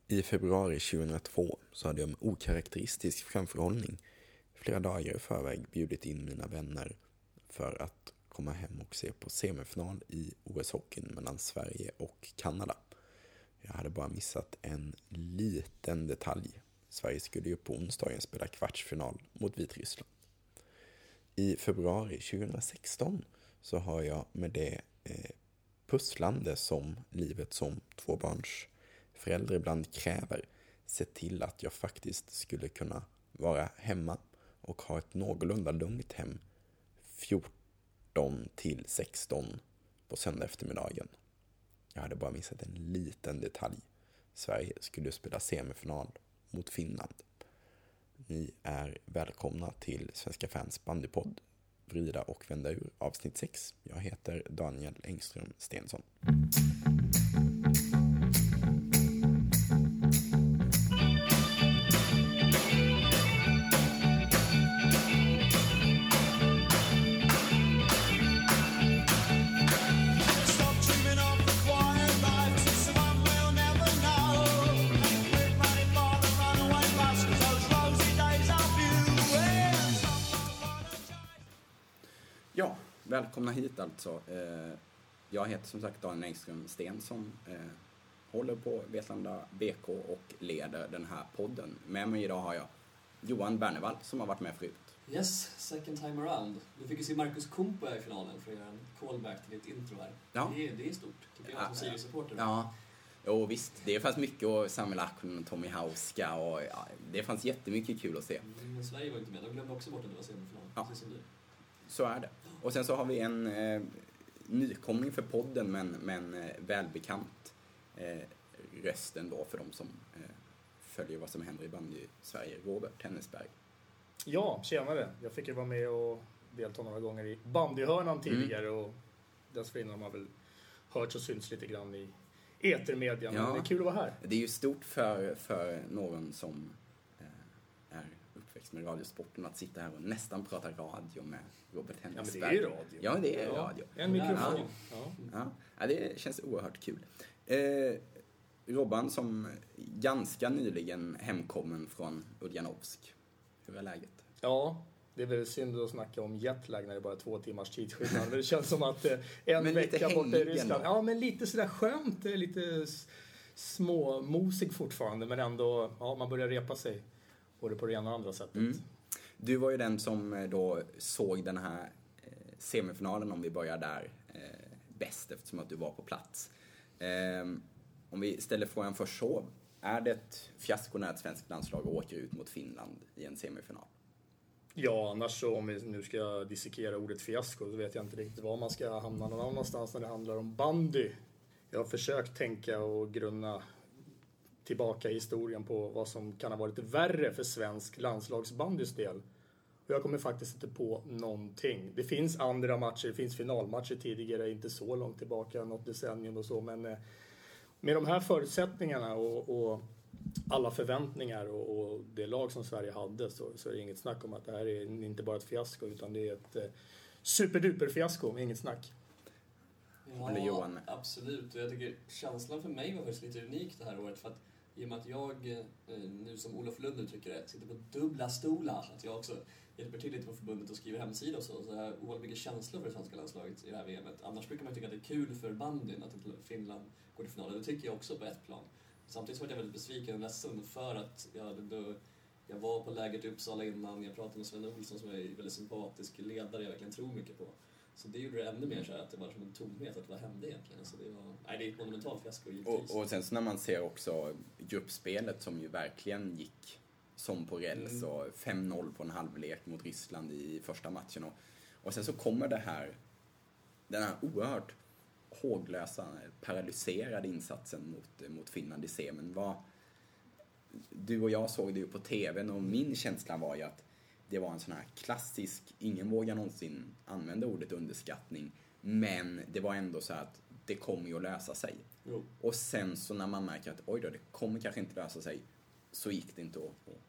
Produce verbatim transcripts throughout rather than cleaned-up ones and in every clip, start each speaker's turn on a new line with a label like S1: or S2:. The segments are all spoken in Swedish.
S1: I februari tjugohundratvå så hade jag med okaraktäristisk framförhållning flera dagar i förväg bjudit in mina vänner för att komma hem och se på semifinal i O S-hockeyn mellan Sverige och Kanada. Jag hade bara missat en liten detalj. Sverige skulle ju på onsdagen spela kvartsfinal mot Vitryssland. I februari tjugohundrasexton så har jag med det eh, pusslande som livet som tvåbarnsförälder ibland kräver sett till att jag faktiskt skulle kunna vara hemma och ha ett någorlunda lugnt hem fjorton till sexton på söndag eftermiddagen. Jag hade bara missat en liten detalj. Sverige skulle spela semifinal mot Finland. Ni är välkomna till Svenska Fans bandypodd Vrida och vända ur avsnitt sex. Jag heter Daniel Engström Stensson. Ja, välkomna hit alltså. Jag heter som sagt Daniel Engström Stensson. Håller på Vetlanda B K och leder den här podden. Med mig idag har jag Johan Bernevall som har varit med förut.
S2: Yes, second time around. Du fick ju se Marcus Kumpa i finalen för att göra en callback till ditt intro här. Ja. Det, är, det är stort, tycker jag, som Sirius-supporter.
S1: Ja, jo, visst. Det fanns mycket och Samuel Akkonen och Tommy Hauska och ja, det fanns jättemycket kul att se.
S2: Men Sverige var inte med. De glömde också bort att det var semifinal, ja. Precis som du.
S1: Så är det. Och sen så har vi en eh, nykomling för podden men, men eh, välbekant eh, rösten då för de som eh, följer vad som händer i bandy i Sverige. Robert Tennisberg.
S3: Ja, tjenare. Jag fick ju vara med och delta några gånger i bandyhörnan tidigare mm. och dessförinnan har man väl hört och syns lite grann i etermedian. Ja. Men det är kul att vara här.
S1: Det är ju stort för, för någon som eh, är uppväxt med radiosporten att sitta här och nästan prata radio med Robert Henriksberg.
S3: Ja, men det är ju radio.
S1: Ja, det är ja. radio.
S3: En mikrofon.
S1: Ja. Ja. Ja, det känns oerhört kul. Eh, Robban som ganska nyligen hemkommen från Uljanovsk. Hur är läget?
S3: Ja, det är väl synd att snacka om jetlag när det är bara två timmars tidsskillnad. Det känns som att eh, en
S1: men
S3: vecka borta i Ryssland. Ja, men lite sådär skönt. Lite små mosig fortfarande. Men ändå, ja, man börjar repa sig. Både på det ena och andra sättet. Mm.
S1: Du var ju den som då såg den här eh, semifinalen, om vi börjar där, eh, bäst eftersom att du var på plats. Eh, om vi ställer frågan först så, är det ett fiasko när ett svenskt landslag åker ut mot Finland i en semifinal?
S3: Ja, annars så om vi nu ska dissekera ordet fiasko så vet jag inte riktigt var man ska hamna någon annanstans när det handlar om bandy. Jag har försökt tänka och grunna tillbaka i historien på vad som kan ha varit värre för svensk landslagsbandys del. Och jag kommer faktiskt inte på någonting. Det finns andra matcher, det finns finalmatcher tidigare, inte så långt tillbaka, något decennium och så. Men med de här förutsättningarna och, och alla förväntningar och, och det lag som Sverige hade så, så är det inget snack om att det här är inte bara ett fiasko utan det är ett eh, superduper fiasko, inget snack.
S2: Ja, eller Johan. Absolut. Och jag tycker känslan för mig var faktiskt lite unik det här året för att i och med att jag, nu som Olof Lund uttrycker det, sitter på dubbla stolar. Att jag också hjälper till lite på förbundet och skriver hemsida och så. Så jag har oerhört mycket känslor för det svenska landslaget i det här V M:et. Annars brukar man tycka att det är kul för bandyn att Finland går till final. Det tycker jag också på ett plan. Samtidigt så var jag väldigt besviken och ledsen för att jag, då, jag var på lägret i Uppsala innan. Jag pratade med Sven Olsson som är en väldigt sympatisk ledare jag verkligen tror mycket på. Så det gjorde det ännu mer så att det var som en tomhet att vad hände egentligen. Så det var, nej, det är ett monumentalt fiasko givetvis.
S1: Och, och sen så när man ser också gruppspelet som ju verkligen gick som på räls mm. och fem noll på en halvlek mot Ryssland i första matchen. Och, och sen så kommer det här, den här oerhört håglösa, paralyserade insatsen mot, mot Finland i semin. Vad, du och jag såg det ju på tvn och min känsla var ju att det var en sån här klassisk, ingen vågar någonsin använda ordet underskattning, men det var ändå så att det kommer ju att lösa sig. Jo. Och sen så när man märker att oj då, det kommer kanske inte lösa sig, så gick det inte att, att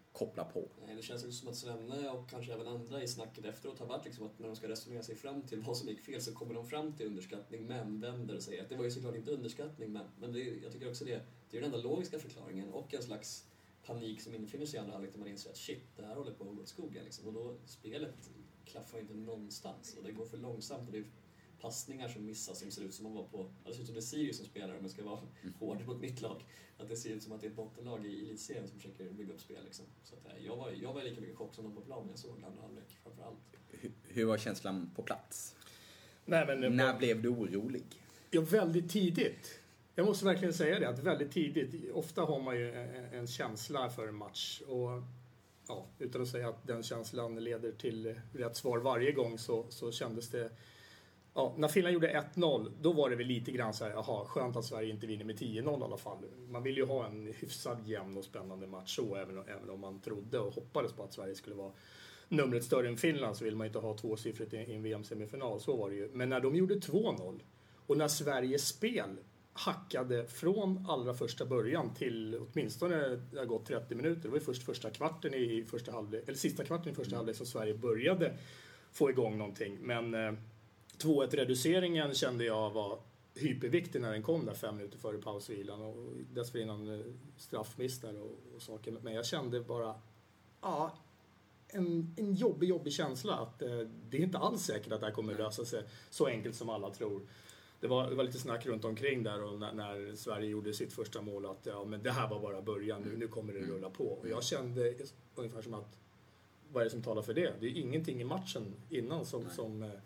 S4: koppla på.
S2: Nej, det känns också som att Svenne och kanske även andra i snacket efteråt har varit liksom att när de ska resonera sig fram till vad som gick fel så kommer de fram till underskattning men vänder och säger att det var ju såklart inte underskattning men, men det, jag tycker också det, det är den enda logiska förklaringen och en slags panik som infinner sig i andra halvlek när man inser att shit, det här håller på att gå åt skogen liksom. Och då spelet klaffar inte någonstans och det går för långsamt och det är passningar som missas som ser ut som om man var på, det ser ut som det är Sirius som spelar om jag ska vara mm. hård mot mitt lag, att det ser ut som att det är ett bottenlag i elitserien som försöker bygga upp spel liksom. Så att, jag, var, jag var lika mycket chock som de på plan när jag såg andra halvlek framförallt.
S4: Hur, hur var känslan på plats?
S3: Nej, men,
S4: när blev du orolig?
S3: Ja, väldigt tidigt. Jag måste verkligen säga det, att väldigt tidigt, ofta har man ju en, en känsla för en match och ja, utan att säga att den känslan leder till rätt svar varje gång så, så kändes det. Ja, när Finland gjorde ett noll, då var det väl lite grann så här, jaha, skönt att Sverige inte vinner med tio noll i alla fall. Man vill ju ha en hyfsad jämn och spännande match så, även, även om man trodde och hoppades på att Sverige skulle vara numret större än Finland så vill man inte ha tvåsiffrigt i en V M-semifinal, så var det ju. Men när de gjorde två noll och när Sveriges spel hackade från allra första början till åtminstone det har gått trettio minuter, det var ju först första kvarten i första halvlek, eller sista kvarten i första halvlek som Sverige började få igång någonting, men eh, två ett reduceringen kände jag var hyperviktig när den kom där fem minuter före pausvilan och dessförinnan straffmiss där och, och saker. Men jag kände bara ja, en, en jobbig, jobbig känsla att eh, det är inte alls säkert att det här kommer lösa sig så enkelt som alla tror. Det var, det var lite snack runt omkring där och när, när Sverige gjorde sitt första mål att ja, men det här var bara början, nu, nu kommer det rulla på. Och jag kände ungefär som att vad är det som talar för det? Det är ingenting i matchen innan som, som eh,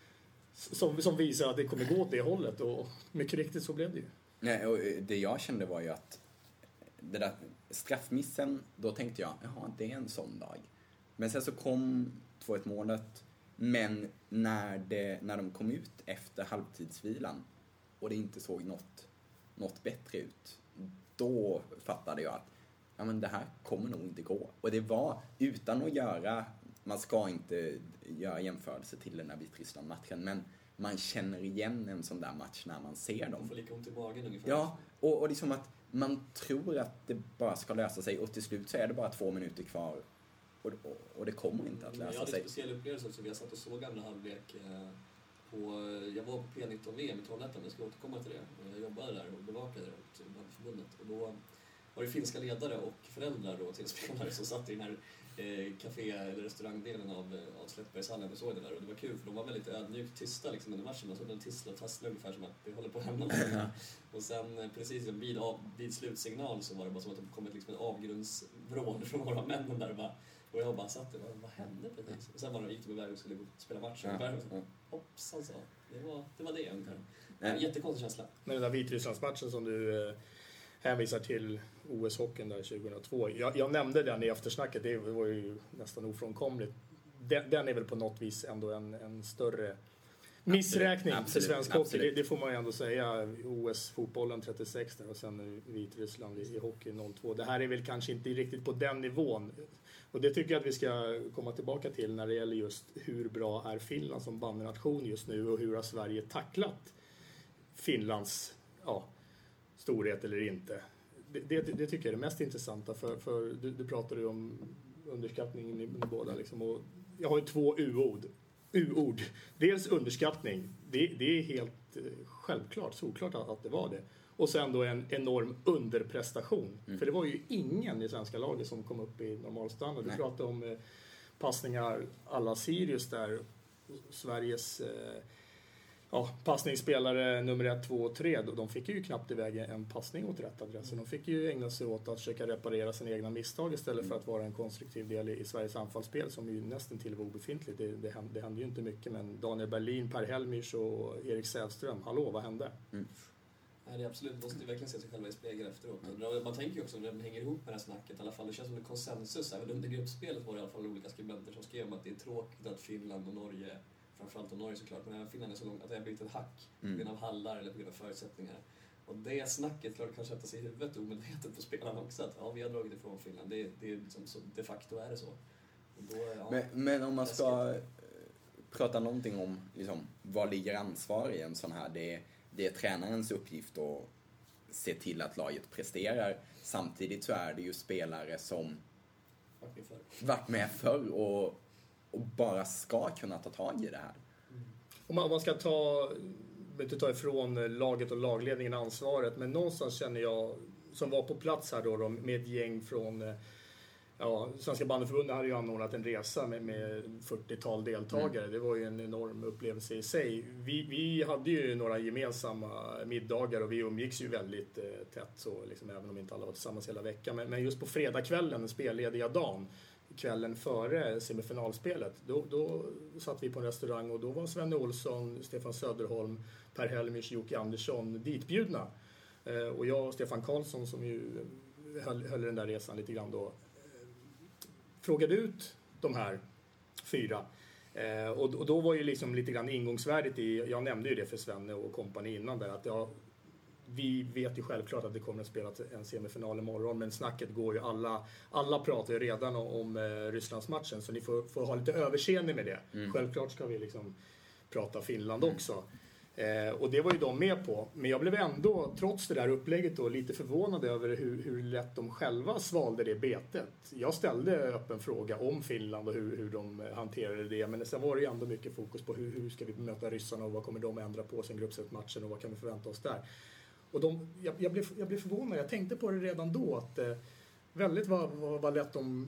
S3: Som, som visar att det kommer gå åt det hållet och mycket riktigt så blev det ju.
S4: Nej, och det jag kände var ju att det där straffmissen, då tänkte jag, jaha, det är en sån dag. Men sen så kom två ett målet, men när, det, när de kom ut efter halvtidsvilan och det inte såg något, något bättre ut, då fattade jag att ja, men det här kommer nog inte gå. Och det var utan att göra, man ska inte göra jämförelse till den här Vitryssland-matchen, men man känner igen en sån där match när man ser dem.
S2: Man får lika ont i magen ungefär.
S4: Ja, och, och liksom att man tror att det bara ska lösa sig och till slut så är det bara två minuter kvar och, och, och det kommer inte att lösa sig.
S2: Jag hade en speciell upplevelse också, jag satt och såg andra halvlek eh, på, jag var på P nitton V M i Trollhättan, jag ska återkomma till det. Jag jobbade där och bevakade det åt förbundet och då var det finska ledare och föräldrar då till spelare som satt i den här eh, café- eller restaurangdelen av, av Slättbergshallen och såg det där. Och det var kul för de var väldigt ödmjukt tysta liksom, under matchen. Man såg den tissla och tassla ungefär som att det håller på att hända något. Och sen precis vid, av, vid slutsignal så var det bara som att det kommit liksom en avgrundsvrål från några männen där. Bara, och jag bara satt där, vad, vad hände precis? Och sen var de, gick de iväg och skulle spela matchen. Ja, ja. Hoppsan så. Det var det, var det ungefär. En jättekonstig känsla.
S3: Men den där Vitrysslandsmatchen som du eh, hänvisar till O S-hockeyn där tjugohundratvå. Jag, jag nämnde den i eftersnacket, det var ju nästan ofrånkomligt. Den, den är väl på något vis ändå en, en större missräkning
S4: absolut,
S3: för svensk hockey. Det, det får man ju ändå säga. O S-fotbollen trettiosex där och sen Vitryssland i, i hockey noll två. Det här är väl kanske inte riktigt på den nivån. Och det tycker jag att vi ska komma tillbaka till när det gäller just hur bra är Finland som bandnation just nu och hur har Sverige tacklat Finlands ja, storhet eller inte. Det, det, det tycker jag är det mest intressanta för, för du, du pratade ju om underskattningen i båda liksom, och jag har ju två u-ord. U-ord. Dels underskattning. Det, det är helt självklart, såklart att, att det var det. Och sen då en enorm underprestation. Mm. För det var ju ingen i svenska laget som kom upp i normalstandard. Du pratade om eh, passningar alla Sirius där. Sveriges eh, ja, passningsspelare nummer ett, två och tre. De fick ju knappt iväg en passning åt rätt adress. De fick ju ägna sig åt att försöka reparera sina egna misstag istället mm. för att vara en konstruktiv del i, i Sveriges anfallsspel som ju nästan till var obefintligt. Det, det, hände, det hände ju inte mycket, men Daniel Berlin, Per Helmich och Erik Sävström, hallå, vad hände? Mm.
S2: Nej, det är absolut, måste verkligen se sig själva i spegel efteråt. Mm. Man tänker ju också när det hänger ihop med det här snacket, i alla fall det känns som en konsensus. Även under gruppspelet var det i alla fall olika skribenter som skrev om att det är tråkigt att Finland och Norge, framförallt och Norge såklart, men även Finland är så långt att det har blivit ett hack mm. på grund av hallar eller på grund av förutsättningar. Och det snacket klart kan sätta sig i huvudet omedvetet på spelarna också, att ja, vi har dragit ifrån Finland, det, det är liksom så, de facto är det så. Och då, ja,
S4: men, men om man ska prata någonting om liksom, vad ligger ansvar i en sån här, det, det är tränarens uppgift att se till att laget presterar. Samtidigt så är det ju spelare som
S2: varit med förr.
S4: Varit med förr och, och bara ska kunna ta tag i det här.
S3: Mm. Om man, om man ska ta, inte ta ifrån laget och lagledningen ansvaret, men någonstans känner jag, som var på plats här då, då med ett gäng från, ja, Svenska bandyförbundet hade ju anordnat en resa med, med fyrtiotal deltagare. Mm. Det var ju en enorm upplevelse i sig. Vi, vi hade ju några gemensamma middagar och vi umgicks ju väldigt eh, tätt, så liksom, även om inte alla var tillsammans hela veckan. Men, men just på fredagskvällen, den spellediga dagen, kvällen före semifinalspelet, då, då satt vi på en restaurang och då var Sven Olsson, Stefan Söderholm, Per Helmich, Jocke Andersson ditbjudna. Eh, och jag och Stefan Karlsson, som ju höll, höll den där resan lite grann då, frågade ut de här fyra. Eh, och, och då var ju liksom lite grann ingångsvärdet i, jag nämnde ju det för Svenne och kompani innan där, att ja, vi vet ju självklart att det kommer att spelas en semifinal imorgon, men snacket går ju, alla, alla pratar ju redan om, om eh, Rysslandsmatchen, så ni får, får ha lite överseende med det. Mm. Självklart ska vi liksom prata Finland mm. också. Eh, och det var ju de med på. Men jag blev ändå, trots det där upplägget då, lite förvånad över hur, hur lätt de själva svalde det betet. Jag ställde öppen fråga om Finland och hur, hur de hanterade det. Men sen var det ju ändå mycket fokus på hur, hur ska vi möta ryssarna och vad kommer de ändra på sin gruppspelsmatchen och vad kan vi förvänta oss där. Och de, jag, jag, blev, jag blev förvånad. Jag tänkte på det redan då att eh, väldigt var, var, var lätt de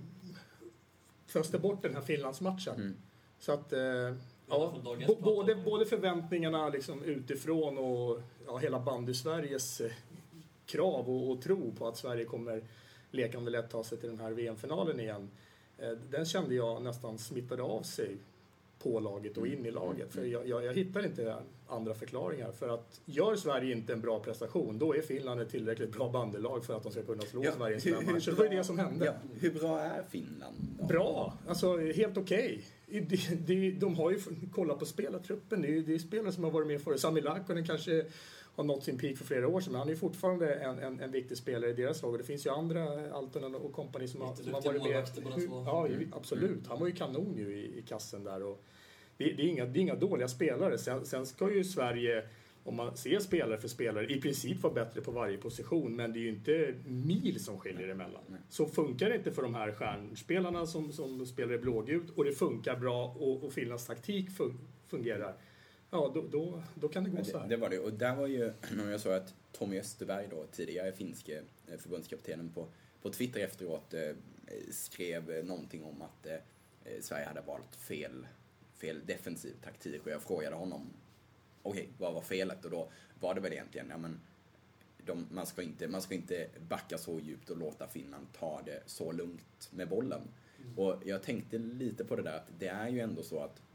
S3: föste bort den här Finlandsmatchen. Mm. Så att... Eh, Ja, b- både, både förväntningarna liksom utifrån och ja, hela bandy-Sveriges eh, krav och, och tro på att Sverige kommer lekande lätt ta sig till den här V M-finalen igen. Eh, den kände jag nästan smittade av sig på laget och in i laget. För jag, jag, jag hittar inte andra förklaringar. För att gör Sverige inte en bra prestation, då är Finland ett tillräckligt bra bandylag för att de ska kunna slå ja, Sverige i sina matcher. Så det var det som hände.
S4: Ja, hur bra är Finland då?
S3: Bra, alltså helt okej. Okay. De, de, de har ju kollat på spelartruppen. Det är, det är spelare som har varit med för. Sami Laakkonen kanske har nått sin peak för flera år sedan, men han är ju fortfarande en, en, en viktig spelare i deras lag. Och det finns ju andra Altonen och kompani som, har, som har varit med. Ja, absolut. Han var ju kanon ju i, i kassen där. Och det, det, är inga, det är inga dåliga spelare. Sen, sen ska ju Sverige, om man ser spelare för spelare, i princip vara bättre på varje position. Men det är ju inte mil som skiljer emellan. Nej. Så funkar det inte för de här stjärnspelarna som, som spelar i blågult, och det funkar bra och, och Finlands taktik fun, fungerar. Ja, då, då, då kan det gå så här.
S4: Det, det var det. Och där var ju, när jag såg att Tommy Österberg då, tidigare finske förbundskaptenen på, på Twitter efteråt eh, skrev någonting om att eh, Sverige hade valt fel, fel defensiv taktik. Och jag frågade honom, okej, okay, vad var felet? Och då var det väl egentligen, ja men de, man, ska inte, man ska inte backa så djupt och låta Finland ta det så lugnt med bollen. Mm. Och jag tänkte lite på det där, att det är ju ändå så att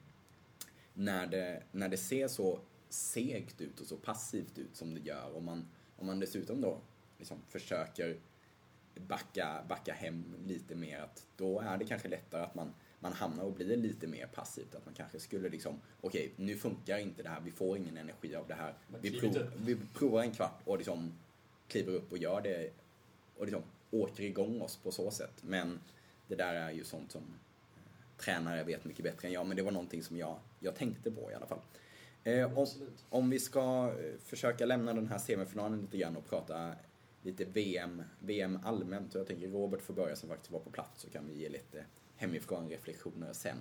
S4: när det, när det ser så segt ut och så passivt ut som det gör, om man, om man dessutom då liksom försöker backa, backa hem lite mer, att då är det kanske lättare att man, man hamnar och blir lite mer passivt, att man kanske skulle liksom, okej, okay, nu funkar inte det här, vi får ingen energi av det här, vi, prov, vi provar en kvart och liksom kliver upp och gör det och liksom åker igång oss på så sätt. Men det där är ju sånt som tränare vet mycket bättre än jag, men det var någonting som jag, jag tänkte på i alla fall. Eh, om, om vi ska försöka lämna den här semifinalen lite grann och prata lite V M, V M allmänt, och jag tänker Robert får börja som faktiskt var på plats, så kan vi ge lite hemifrån reflektioner sen.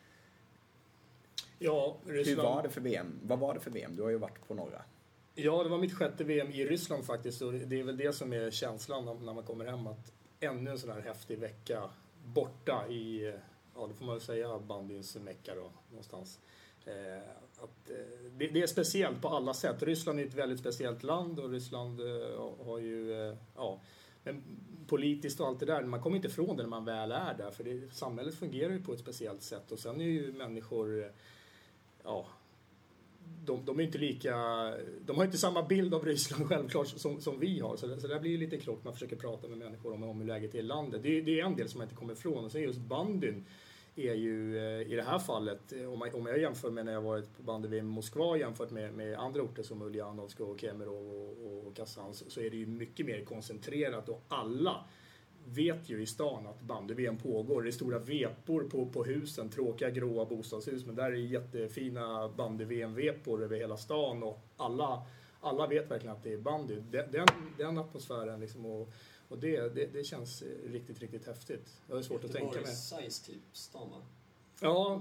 S3: Ja, Ryssland...
S4: Hur var det för V M? Vad var det för V M? Du har ju varit på några.
S3: Ja, det var mitt sjätte V M i Ryssland faktiskt, och det är väl det som är känslan när man kommer hem, att ännu en sån här häftig vecka borta i, ja, det får man väl säga, bandyns mecka då, någonstans. Eh, att, eh, det, det är speciellt på alla sätt. Ryssland är ett väldigt speciellt land, och Ryssland eh, har ju, eh, ja, men politiskt och allt det där, man kommer inte ifrån det när man väl är där, för det, samhället fungerar ju på ett speciellt sätt, och sen är ju människor, eh, ja, de, de är inte lika, de har inte samma bild av Ryssland självklart som, som vi har, så det, så det blir lite klokt, man försöker prata med människor om, om hur läget är i landet. Det, det är en del som man inte kommer ifrån, och sen just bandyn är ju i det här fallet, om, man, om jag jämför med när jag varit på bandy i Moskva jämfört med, med andra orter som Ulyanovsk och Kemerov och, och, och Kazan, så, så är det ju mycket mer koncentrerat, och alla vet ju i stan att bandy-V M pågår. Det är stora vepor på, på husen, tråkiga gråa bostadshus, men där är jättefina bandy-V M-vepor över hela stan, och alla, alla vet verkligen att det är bandy. Den, den, den atmosfären liksom, och, Och det, det, det känns riktigt, riktigt häftigt. Det är svårt att tänka mig.
S2: Size typ, stan va?
S3: Ja,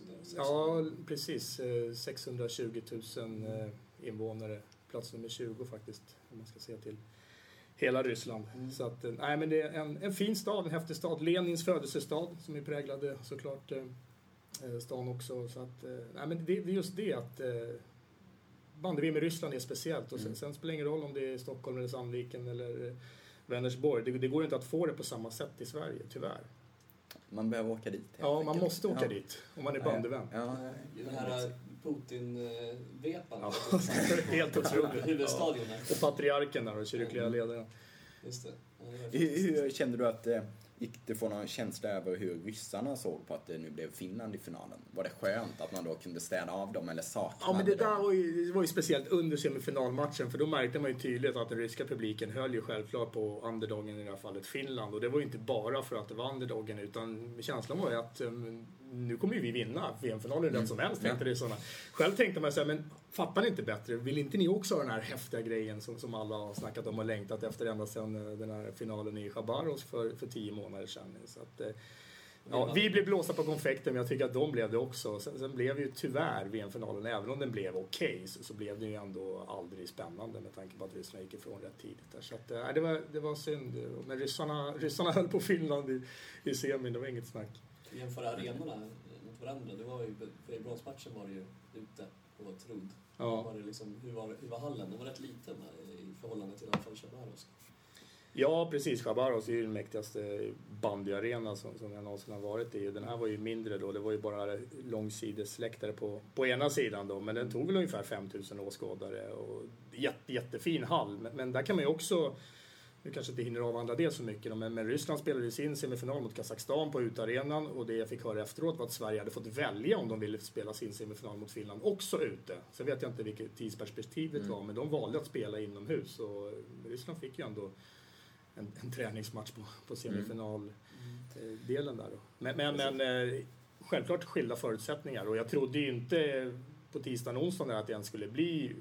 S3: ja, precis. sexhundratjugo tusen invånare. Plats nummer tjugo faktiskt, om man ska se till hela Ryssland. Mm. Så att, nej, men det är en, en fin stad, en häftig stad. Lenins födelsestad som är präglade såklart eh, stan också. Så att, eh, nej, men det, det är just det att eh, bandy-V M i Ryssland är speciellt. Och sen, mm. sen spelar det ingen roll om det är Stockholm eller Sandviken eller eh, Vänersborg. Det, det går inte att få det på samma sätt i Sverige, tyvärr.
S4: Man behöver åka dit.
S3: Ja, man måste åka ja. dit om man är bandyvän.
S2: Ja. Den här Putin-vepan.
S3: Ja, helt otroligt.
S2: Huvudstadion.
S3: Ja. Och patriarken där och kyrkliga ledaren.
S2: Just det.
S4: Ja, hur, hur kände du att eh, gick det få någon känsla över hur ryssarna såg på att det nu blev Finland i finalen? Var det skönt att man då kunde städa av dem eller saknade
S3: Ja, men det där var ju, det var ju speciellt under semifinalmatchen, för då märkte man ju tydligt att den ryska publiken höll ju självklart på underdogen, i det här fallet Finland. Och det var ju inte bara för att det var underdogen, utan känslan var ju att um, nu kommer ju vi vinna V M-finalen mm. den som helst, tänkte det sådana. Själv tänkte man så här, men fattar ni inte bättre? Vill inte ni också ha den här häftiga grejen som, som alla har snackat om och längtat efter ända sedan den här finalen i Chabarovsk för, för tio månader sedan? Så att, eh, ja, vi blev blåsta på konfekten, men jag tycker att de blev det också. Sen, sen blev ju tyvärr V M-finalen, även om den blev okej, okay, så, så blev det ju ändå aldrig spännande med tanke på att ryssarna gick ifrån rätt tidigt där. Så att, eh, det, var, det var synd. Men ryssarna, ryssarna höll på Finland i, i semin, det var inget snack.
S2: Jämföra arenorna mot varandra, det var ju, för i bronsmatchen var det ju ute och var trodd.
S3: Ja.
S2: Var det liksom, hur, var, hur var hallen? Den var rätt liten i förhållande till i alla fall Chabarovsk.
S3: Ja, precis. Chabarovsk är ju den mäktigaste bandyarena som, som jag någonsin har varit i. Den här var ju mindre då. Det var ju bara långsidesläktare på, på ena sidan då. Men den tog väl ungefär fem tusen åskådare. Och jätte, jättefin hall. Men, men där kan man ju också... Nu kanske inte hinner avhandla det så mycket då, men, men Ryssland spelade sin semifinal mot Kazakstan på utarenan, och det jag fick höra efteråt var att Sverige hade fått välja om de ville spela sin semifinal mot Finland också ute. Sen vet jag inte vilket tidsperspektivet mm. var, men de valde att spela inomhus, och Ryssland fick ju ändå en, en träningsmatch på, på semifinaldelen där då. Men, men, men eh, självklart skilda förutsättningar, och jag trodde ju inte på tisdagen och onsdagen att det ens skulle bli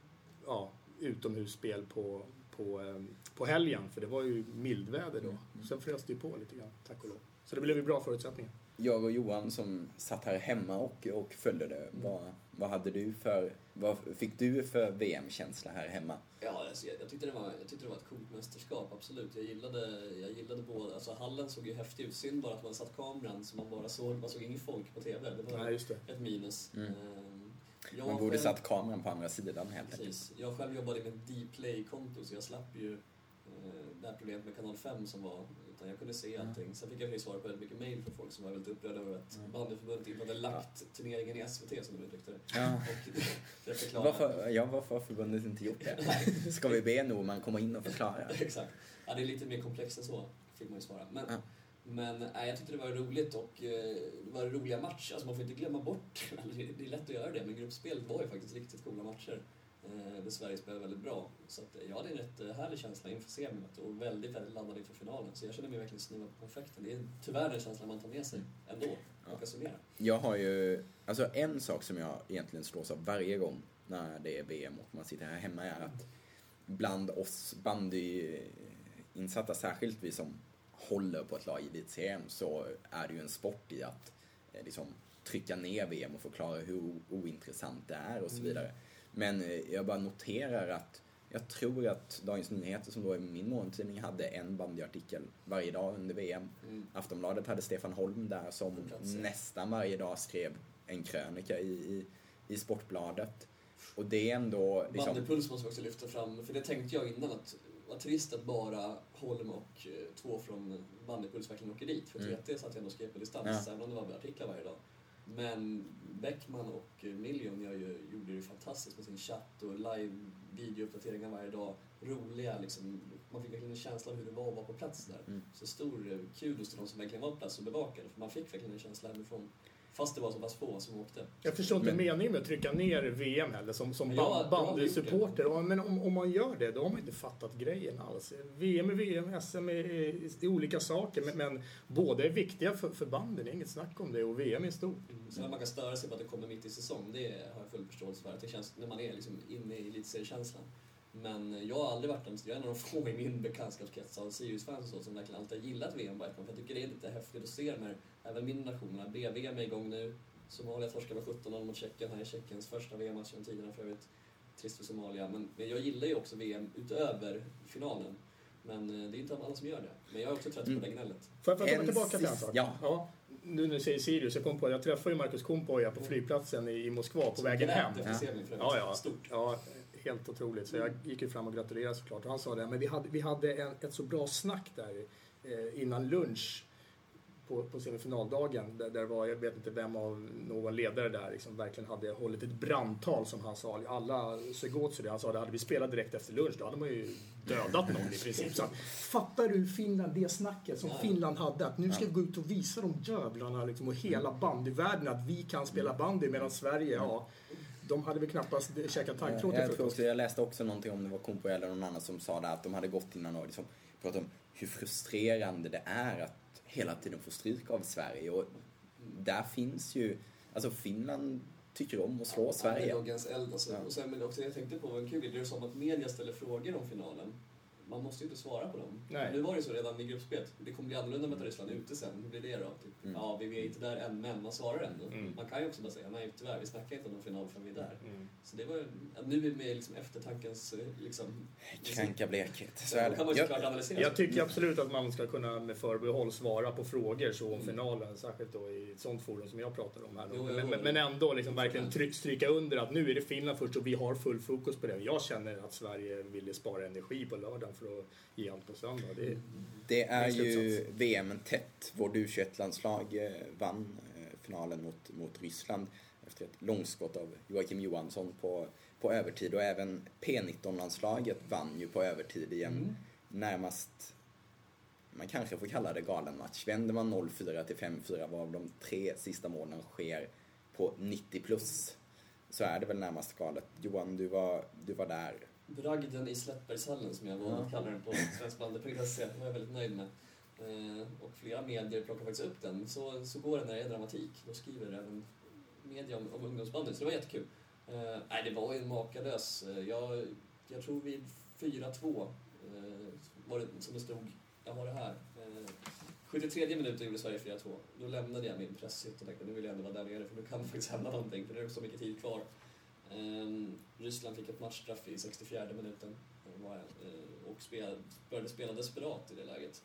S3: ja, utomhusspel på På, på helgen, för det var ju mildväder då. Mm. Sen frös det ju på lite grann, tack och lov. Så det blev ju bra förutsättningar.
S4: Jag och Johan som satt här hemma och, och följde det, mm. vad, vad hade du för, vad fick du för V M-känsla här hemma?
S2: Ja, alltså, jag, jag, tyckte det var, jag tyckte det var ett coolt mästerskap, absolut. Jag gillade, jag gillade båda, alltså hallen såg ju häftig ut, synd bara att man satt kameran så man bara såg, man såg ingen folk på tv. Det var
S3: Nej, just det.
S2: ett minus.
S4: Mm.
S2: Um,
S4: Jag man borde själv, satt kameran på andra sidan helt
S2: precis.
S4: enkelt.
S2: Jag själv jobbade med D-Play-konto, så jag slapp ju eh, det här problemet med kanal fem som var, utan jag kunde se allting. Mm. Sen fick jag ju svara på väldigt mycket mejl från folk som var väldigt upprörda över att mm. bandyförbundet inte hade lagt ja. turneringen i S V T, som de uttryckte det. Ja. Och det förklarade.
S4: Varför, ja, varför har förbundet inte gjort det? Ska vi be Norman komma in och förklara?
S2: Exakt. Ja, det är lite mer komplext än så, fick man ju svara. Men, ja. Men nej, jag tyckte det var roligt, och eh, det var roliga matcher. Alltså man får inte glömma bort, det är lätt att göra det, men gruppspelet var ju faktiskt riktigt coola matcher. Eh, där Sverige spelade väldigt bra. Så att, ja, det är en rätt härlig känsla inför semifinalen och väldigt, väldigt laddad inför finalen. Så jag känner mig verkligen snuvad på konfekten. Det är tyvärr en känsla man tar med sig ändå. Ja. Och summera.
S4: Jag har ju, alltså en sak som jag egentligen slås av varje gång när det är V M och man sitter här hemma är att bland oss bandyinsatta, särskilt vi som håller på ett lag i elitserien, så är det ju en sport i att eh, liksom, trycka ner V M och förklara hur ointressant det är och så vidare. Mm. Men eh, jag bara noterar att jag tror att Dagens Nyheter, som då är min morgontidning, hade en bandyartikel varje dag under V M. Mm. Aftonbladet hade Stefan Holm där som nästan varje dag skrev en krönika i, i, i Sportbladet. Och det är ändå... Liksom...
S2: Bandypuls måste vi också lyfta fram, för det tänkte jag innan, att var trist att bara Holm och eh, två från Bandypuls verkligen åker dit. För mm. T T satt jag ändå och skrev på distans, ja. Även om det var artiklar varje dag. Men Bäckman och Million jag ju, gjorde det fantastiskt med sin chatt och live-videouppdateringar varje dag. Roliga, liksom, man fick verkligen en känsla av hur det var att vara på plats där. Mm. Så stor kudos till de som verkligen var på plats och bevakade. För man fick verkligen en känsla hemifrån. Fast det var så pass få som åkte. Jag förstår inte men... meningen med att trycka ner V M heller som, som ja, bandysupporter. Men om, om man gör det, då har man inte fattat grejen alls. V M är V M, S M är, är, är olika saker. Men, men båda är viktiga för, för banden, det är inget snack om det. Och V M är stort. Mm. Så när man kan störa sig på att det kommer mitt i säsong, det har jag full förståelse för. Att det känns när man är liksom inne i elitseriekänslan. Men jag har aldrig varit en, jag är en av de få i min bekantskapskrets av Sirius-fans och så, som verkligen alltid har gillat V M på Ekman. För jag tycker det är lite häftigt att se när även min nation, B V M är igång nu. Somalia torskar med sjutton noll mot Tjeckien. Här är Tjeckiens första V M-match genom tiderna för övrigt. Trist för Somalia. Men, men jag gillar ju också V M utöver finalen. Men det är inte alla som gör det. Men jag är också trött på mm. det gnället.
S3: Får jag komma tillbaka till en sak?
S4: Ja.
S3: ja. Nu när du säger Sirius, jag kom på jag träffade ju Marcus Kumpoja på flygplatsen i, i Moskva på så vägen hem.
S2: Ja.
S3: Ja, ja. Stort. Ja, helt otroligt. Så jag gick ju fram och gratulerade såklart. Och han sa det, men vi hade, vi hade en, ett så bra snack där eh, innan lunch på, på semifinaldagen. Där, där var, jag vet inte vem av någon ledare där liksom verkligen hade hållit ett brandtal som han sa. Alla såg åt sig det. Han sa det, hade vi spelat direkt efter lunch då hade man ju dödat någon i princip. Så, fattar du Finland, det snacket som Finland hade? Att nu ska vi gå ut och visa de jävlarna liksom, och hela bandyvärlden att vi kan spela bandy medan Sverige, ja, de hade väl knappast käkat taggtråd till frukost.
S4: Jag läste också någonting om det var Kompo eller någon annan som sa det, att de hade gått innan och liksom pratat om hur frustrerande det är att hela tiden få stryk av Sverige. Och där finns ju, alltså Finland tycker om att slå ja, Sverige.
S2: Ja, det är eld, alltså. Ja. Och sen, men också jag tänkte på en kul grej, det är som att media ställer frågor om finalen. Man måste ju inte svara på dem. Nej. Nu var det så redan i gruppspelet. Det kommer bli annorlunda med att Ryssland ute sen. Hur blir det då? Typ, mm. Ja, vi är inte där än, men man svarar ändå. Mm. Man kan ju också bara säga, nej tyvärr, vi snackar inte om någon final förrän vi är där. Mm. Så det var ju, nu är vi med liksom eftertankens liksom...
S4: Kranka blekhet. Så
S2: ja, kan man ju såklart analysera.
S3: Jag tycker absolut att man ska kunna med förbehåll svara på frågor så om mm. finalen, särskilt då i ett sånt forum som jag pratar om här. Jo, jo, men, men ändå liksom verkligen tryck, stryka under att nu är det Finland först och vi har full fokus på det. Jag känner att Sverige ville spara energi på lördagen för att ge allt på söndag. Det,
S4: det är ju V M tätt. Vårt U tjugoett-landslag vann finalen mot, mot Ryssland efter ett långskott av Joakim Johansson på, på övertid. Och även P nitton-landslaget vann ju på övertid igen. Mm. Närmast, man kanske får kalla det galen match. Vänder man noll fyra till fem fyra varav de tre sista målen sker på nittio plus, så är det väl närmast galet. Johan, du var, du var där.
S2: Bragden i Slättbergshallen som jag valde att kalla den på svenskbandy punkt se. Det var jag väldigt nöjd med. Eh, och flera medier plockar faktiskt upp den. Så, så går det när det är dramatik. Då skriver även media om, om ungdomsbandy. Så det var jättekul. Eh, nej, det var ju en makalös. Jag, jag tror vid fyra två eh, var det som det stod. Jag har det här. Eh, sjuttiotre minuten gjorde Sverige fyra två. Då lämnade jag min presshytt och tänkte nu vill jag ändå vara där nere. För nu kan det faktiskt hända någonting. För det är så mycket tid kvar. Um, Ryssland fick ett matchstraff i sextiofjärde minuten uh, och spel, började spela desperat i det läget.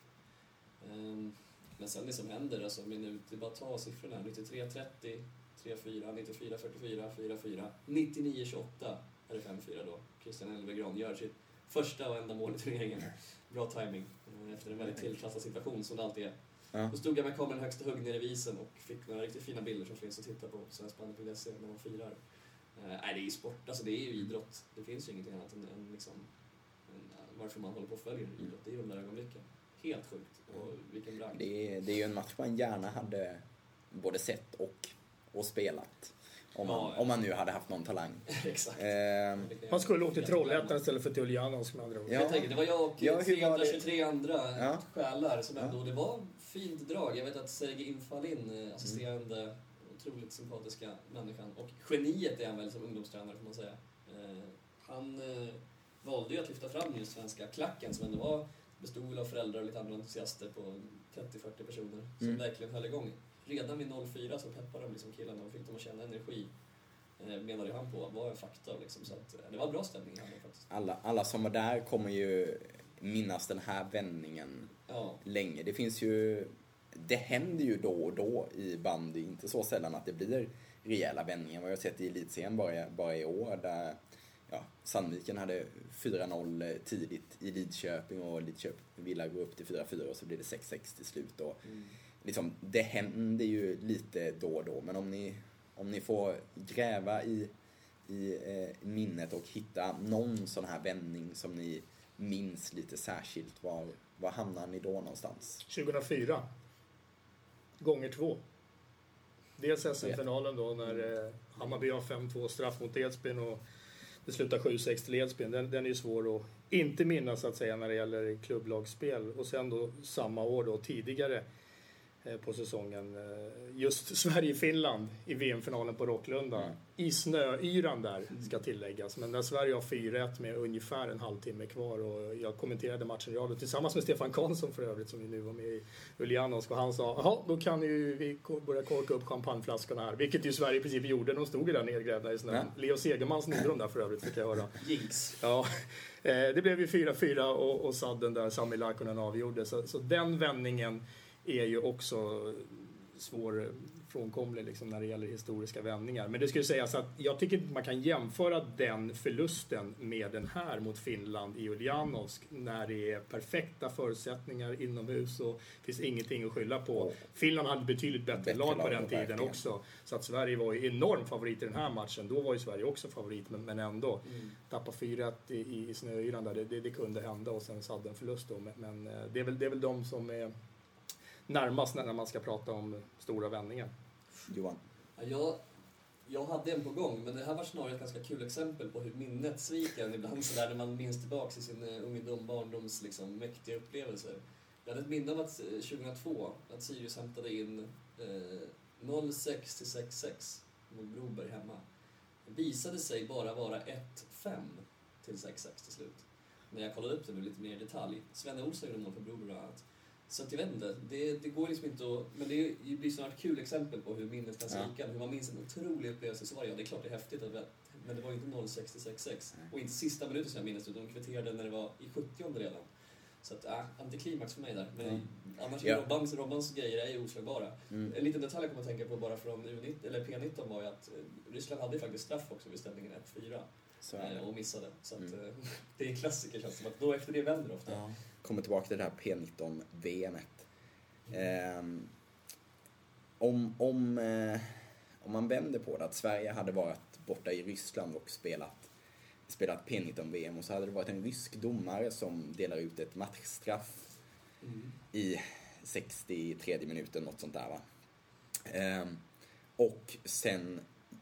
S2: Um, men sen det som händer, alltså minut, det är bara att ta siffrorna här. nittiotre trettio, tre fyra, nittiofyra fyrtiofyra, fyra fyra, nittionio tjugoåtta är det fem fyra då. Christian Elvegran gör sitt första och enda mål i turneringen. Bra timing uh, efter en väldigt tilltrassad situation som det alltid är. Ja. Då stod jag med kameran högsta hugg ner i visen och fick några riktigt fina bilder som finns att titta på på svenskbandy punkt se när man firar. Uh, nej, det är ju sport, alltså det är ju idrott. Det finns ju ingenting annat än, än liksom, en, varför man håller på och följer idrott. Det är ju de där ögonblicken. Helt sjukt. Och vilken bragd.
S4: Det är, det är ju en match man gärna hade både sett och, och spelat. Om man, ja, om man nu hade haft någon talang.
S2: Exakt.
S4: Eh,
S3: man skulle åka till Trollhättan istället för till Uljanovsk med andra ord.
S2: Ja. Jag tänker, det var jag och ja, trehundratjugotre andra ja. själar som ändå, ja. det var fint drag. Jag vet att Sergej Infalin, assisterande, mm. otroligt sympatiska människan. Och geniet är han väl som ungdomstränare får man säga. Eh, han eh, valde ju att lyfta fram just svenska klacken som ändå var, bestod av föräldrar och lite andra entusiaster på trettio till fyrtio personer som mm. verkligen höll igång. Redan vid noll fyra så peppade de liksom killarna och fick dem att känna energi. Eh, menade han på var en faktor liksom, så att, eh, det var bra stämning här faktiskt.
S4: Alla, alla som var där kommer ju minnas den här vändningen ja. länge. Det finns ju, det händer ju då och då i bandy, inte så sällan att det blir rejäla vändningar. Vad jag har sett i elitserien bara, bara i år där ja, Sandviken hade fyra noll tidigt i Lidköping och Lidköping ville gå upp till fyra fyra och så blir det sex sex till slut. Och mm. liksom, det händer ju lite då och då, men om ni, om ni får gräva i, i eh, minnet och hitta någon sån här vändning som ni minns lite särskilt, var, var hamnar ni då någonstans?
S3: tjugohundrafyra gånger två. Dels S M-finalen då när eh, Hammarby har fem två straff mot Edsbyn och det slutar sju sex till Edsbyn. Den, den är ju svår att inte minnas så att säga när det gäller klubblagsspel. Och sen då samma år då tidigare på säsongen. Just Sverige-Finland i V M-finalen på Rocklunda. Mm. I snöyran där, ska tilläggas. Men när Sverige har fyra ett med ungefär en halvtimme kvar. Och jag kommenterade matchen i radio tillsammans med Stefan Karlsson för övrigt, som ju nu var med i Uljanovsk. Och han sa, jaha, då kan ju vi börja korka upp champagneflaskorna här. Vilket ju Sverige i princip gjorde. De stod ju där nedgrävda i snön. Mm. Leo Segerman snodde dem där för övrigt, fick jag höra.
S2: Jinx.
S3: Ja, det blev ju fyra fyra och, och sadden där Sami Laikonen avgjorde. Så, så den vändningen är ju också svår frånkomlig liksom när det gäller historiska vändningar. Men det skulle sägas att jag tycker inte man kan jämföra den förlusten med den här mot Finland i Uljanovsk, när det är perfekta förutsättningar inomhus och finns ingenting att skylla på. Finland hade betydligt bättre, bättre lag på den tiden verkligen. Också. Så att Sverige var ju enorm favorit i den här matchen. Då var ju Sverige också favorit, men, men ändå. Mm. Tappa fyra ett i, i snöyran där, det, det, det kunde hända, och sen så hade en förlust då. Men, men det, är väl, det är väl de som är närmast när man ska prata om stora vändningar.
S4: Johan?
S2: Ja, jag, jag hade en på gång, men det här var snarare ett ganska kul exempel på hur minnet sviker en ibland, så där när man minns tillbaka i sin uh, ungdom, barndoms liksom, mäktiga upplevelser. Jag hade ett minne av att uh, tjugohundratvå, att Sirius hämtade in uh, noll sex till sex sex mot Broberg hemma. Det visade sig bara vara ett fem till sex sex till slut. När jag kollade upp det med lite mer detalj. Sven Olsson gjorde mål för Broberg bland annat. Så att jag vet inte, det, det går liksom inte att, men det blir sådana ett kul exempel på hur minnet kan svika, ja. Hur man minns en otrolig upplevelse. Så var det, ja, det är klart det är häftigt, att, men det var ju inte noll sex till sex sex. Mm. Och inte sista minuten som jag minns, utan de kvitterade när det var i sjuttionde redan. Så att, äh, antiklimax för mig där. Men mm. annars är ja. Robbans, Robbans grejer är ju oslagbara. Mm. En liten detalj jag kommer att tänka på bara från U nitton, eller P nitton var ju att Ryssland hade ju faktiskt straff också vid ställningen ett fyra. Så, och missade. Så att, mm. det är en klassiker, känns som att då efter det vänder ofta.
S4: Ja. Kommer tillbaka till det här P nitton-V M-et. Eh, om, om, eh, om man vänder på det, att Sverige hade varit borta i Ryssland och spelat, spelat P nitton-V M, och så hade det varit en rysk domare som delar ut ett matchstraff mm. i sextiotredje minuten, något sånt där va. Eh, och sen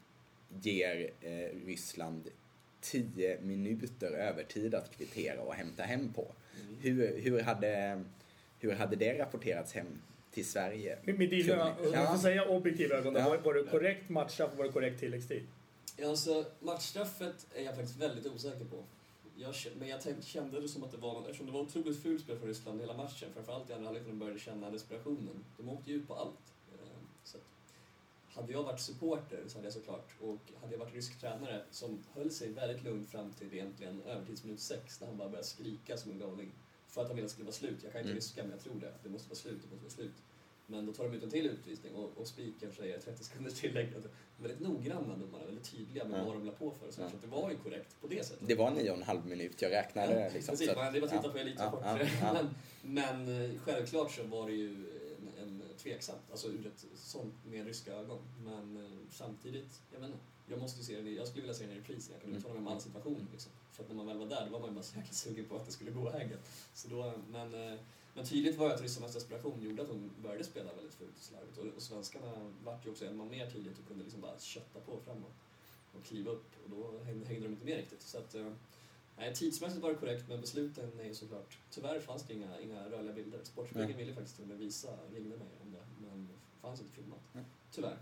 S4: ger eh, Ryssland tio minuter övertid att kvittera och hämta hem på. Mm. Hur, hur, hade, hur hade det rapporterats hem till Sverige?
S3: Med dina, om ja. får säga objektiva ögon, ja. var, var det korrekt matchstraff och var det korrekt tilläggstid?
S2: Ja, alltså, matchstraffet är jag faktiskt väldigt osäker på. Jag, men jag tänkte, kände det som att det var, eftersom det var otroligt fult spel för Ryssland hela matchen, framförallt i andra halvlek när de började känna desperationen. De åkte ju ut på allt. Så att, hade jag varit supporter så hade jag såklart, och hade jag varit rysk tränare som höll sig väldigt lugnt fram till egentligen övertidsminut sex, när han bara började skrika som en galning för att han ville att det skulle vara slut. Jag kan inte mm. ryska, men jag tror det. Det måste vara slut, det måste vara slut. Men då tar de ut en till utvisning, och, och spiken säger trettio sekunders tillägg. Väldigt noggranna domare, väldigt tydliga med ja. vad de la på för. Så ja. det var ju korrekt på det sättet.
S4: Det var nio och en halv minut, jag räknade
S2: ja,
S4: liksom.
S2: Precis,
S4: så
S2: att, det var titta ja. på elitsport. Ja, ja, ja. men, men självklart så var det ju en, en tveksamt, alltså ur ett sånt med ryska ögon. Men eh, samtidigt, jag vet inte, jag måste ju se den, jag skulle vilja se den i reprisen, jag kan uttala mig om alla situationer liksom. För att när man väl var där, då var man ju bara så jäkla sugen på att det skulle gå vägen. Så då, men, eh, men tydligt var ju att ryssarnas desperation gjorde att de började spela väldigt fult och slarvigt. Och, och svenskarna vart ju också en man mer tidigt och kunde liksom bara kötta på framåt och kliva upp, och då hängde, hängde de inte med riktigt. Så att, eh, nej, tidsmässigt var det korrekt, men besluten är ju såklart, tyvärr fanns det inga, inga rörliga bilder. Sportspegeln ville faktiskt till och med visa, ringde mig om det, men det fanns inte filmat. Mm. Tyvärr.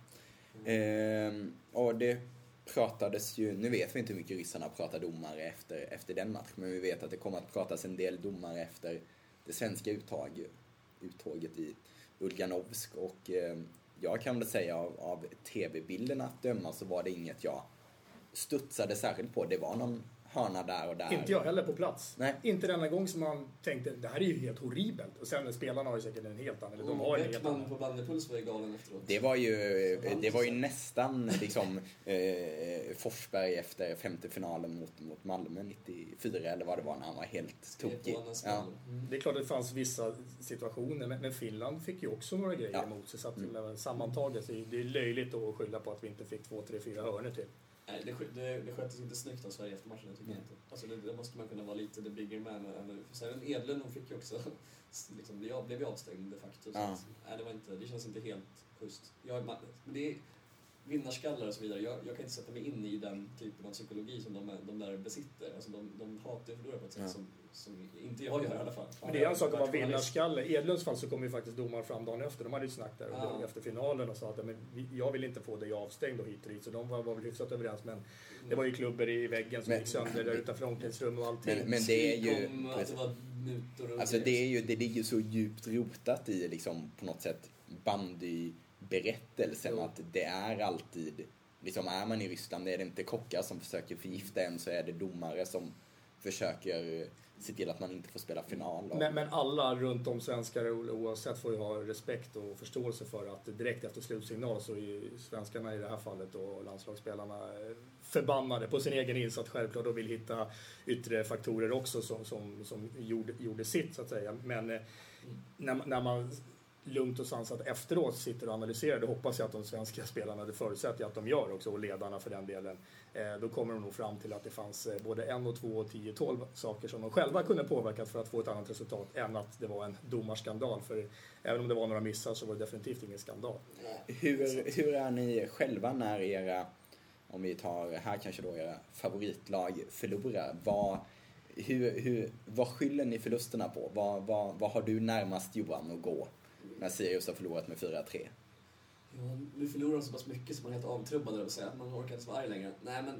S4: Mm. Eh, och det pratades ju, nu vet vi inte hur mycket ryssarna pratar domare efter, efter den matchen, men vi vet att det kommer att pratas en del domare efter det svenska uttag, uttåget i Uljanovsk, och eh, jag kan väl säga av, av tv-bilderna att döma så var det inget jag studsade särskilt på. Det var någon hörna där och där.
S3: Inte jag heller på plats.
S4: Nej.
S3: Inte denna gång som man tänkte, det här är ju helt horribelt. Och sen spelarna har ju säkert en helt annan. Eller de har en helt annan.
S2: På Bandepuls var ju galen efteråt.
S4: Det var ju, det var ju nästan liksom eh, Forsberg efter femte finalen mot, mot Malmö nittiofyra eller vad det var, när han var helt tokig. Ja.
S3: Mm. Det är klart att det fanns vissa situationer, men Finland fick ju också några grejer ja. emot sig. Så att mm. sammantaget, det är löjligt att skylla på att vi inte fick två, tre, fyra hörnor till.
S2: Nej, det, det, det sköttes inte snyggt av Sverige efter matchen, jag tycker mm. inte. Alltså det, det måste man kunna vara lite the bigger man. Sen Edlund, hon fick ju också, liksom, blev ju avstängd de facto. Så
S4: ja.
S2: att, nej, det, var inte, det känns inte helt schysst. Jag, men det, vinnarskallar och så vidare. Jag, jag kan inte sätta mig in i den typen av psykologi som de, de där besitter. Alltså de, de hatar att förlora på ett sätt ja. som, som inte jag gör i alla fall.
S3: Men det är en sak att vara vinnarskalle. I Edlunds fall så kom ju faktiskt domaren fram dagen efter. De hade ju snack där ja. efter finalen och sa att men, jag vill inte få dig avstängd och hit och dit. Så de var, var väl hyfsat överens. Men det var ju klubbor i väggen som men, gick sönder där utanför omklädningsrum och allting.
S4: Men, men det är ju...
S2: Om att det var mutor och
S4: alltså det är ju, det ligger så djupt rotat i liksom på något sätt bandyberättelsen jo. att det är alltid liksom är man i Ryssland är det inte kockar som försöker förgifta en så är det domare som försöker se till att man inte får spela final.
S3: Men, men alla runt om svenskar oavsett får ju ha respekt och förståelse för att direkt efter slutsignal så är svenskarna i det här fallet och landslagsspelarna förbannade på sin egen insats självklart och vill hitta yttre faktorer också som, som, som gjorde, gjorde sitt så att säga. Men mm. när, när man lugnt och sansat efteråt sitter och analyserar, det hoppas jag att de svenska spelarna, det förutsätter att de gör också, och ledarna för den delen, eh, då kommer de nog fram till att det fanns eh, både en och två och tio, tolv saker som de själva kunde påverka för att få ett annat resultat än att det var en domarskandal, för även om det var några missar så var det definitivt ingen skandal.
S4: Hur, hur är ni själva när era, om vi tar här kanske då era favoritlag förlorar, vad hur, hur, vad skyller ni förlusterna på? Vad, vad, vad har du närmast Johan att gå när Sirius har förlorat med fyra tre?
S2: Ja, nu förlorar de så pass mycket som man är helt avtrubbad och säga att man orkar inte vara arg längre. Nej, men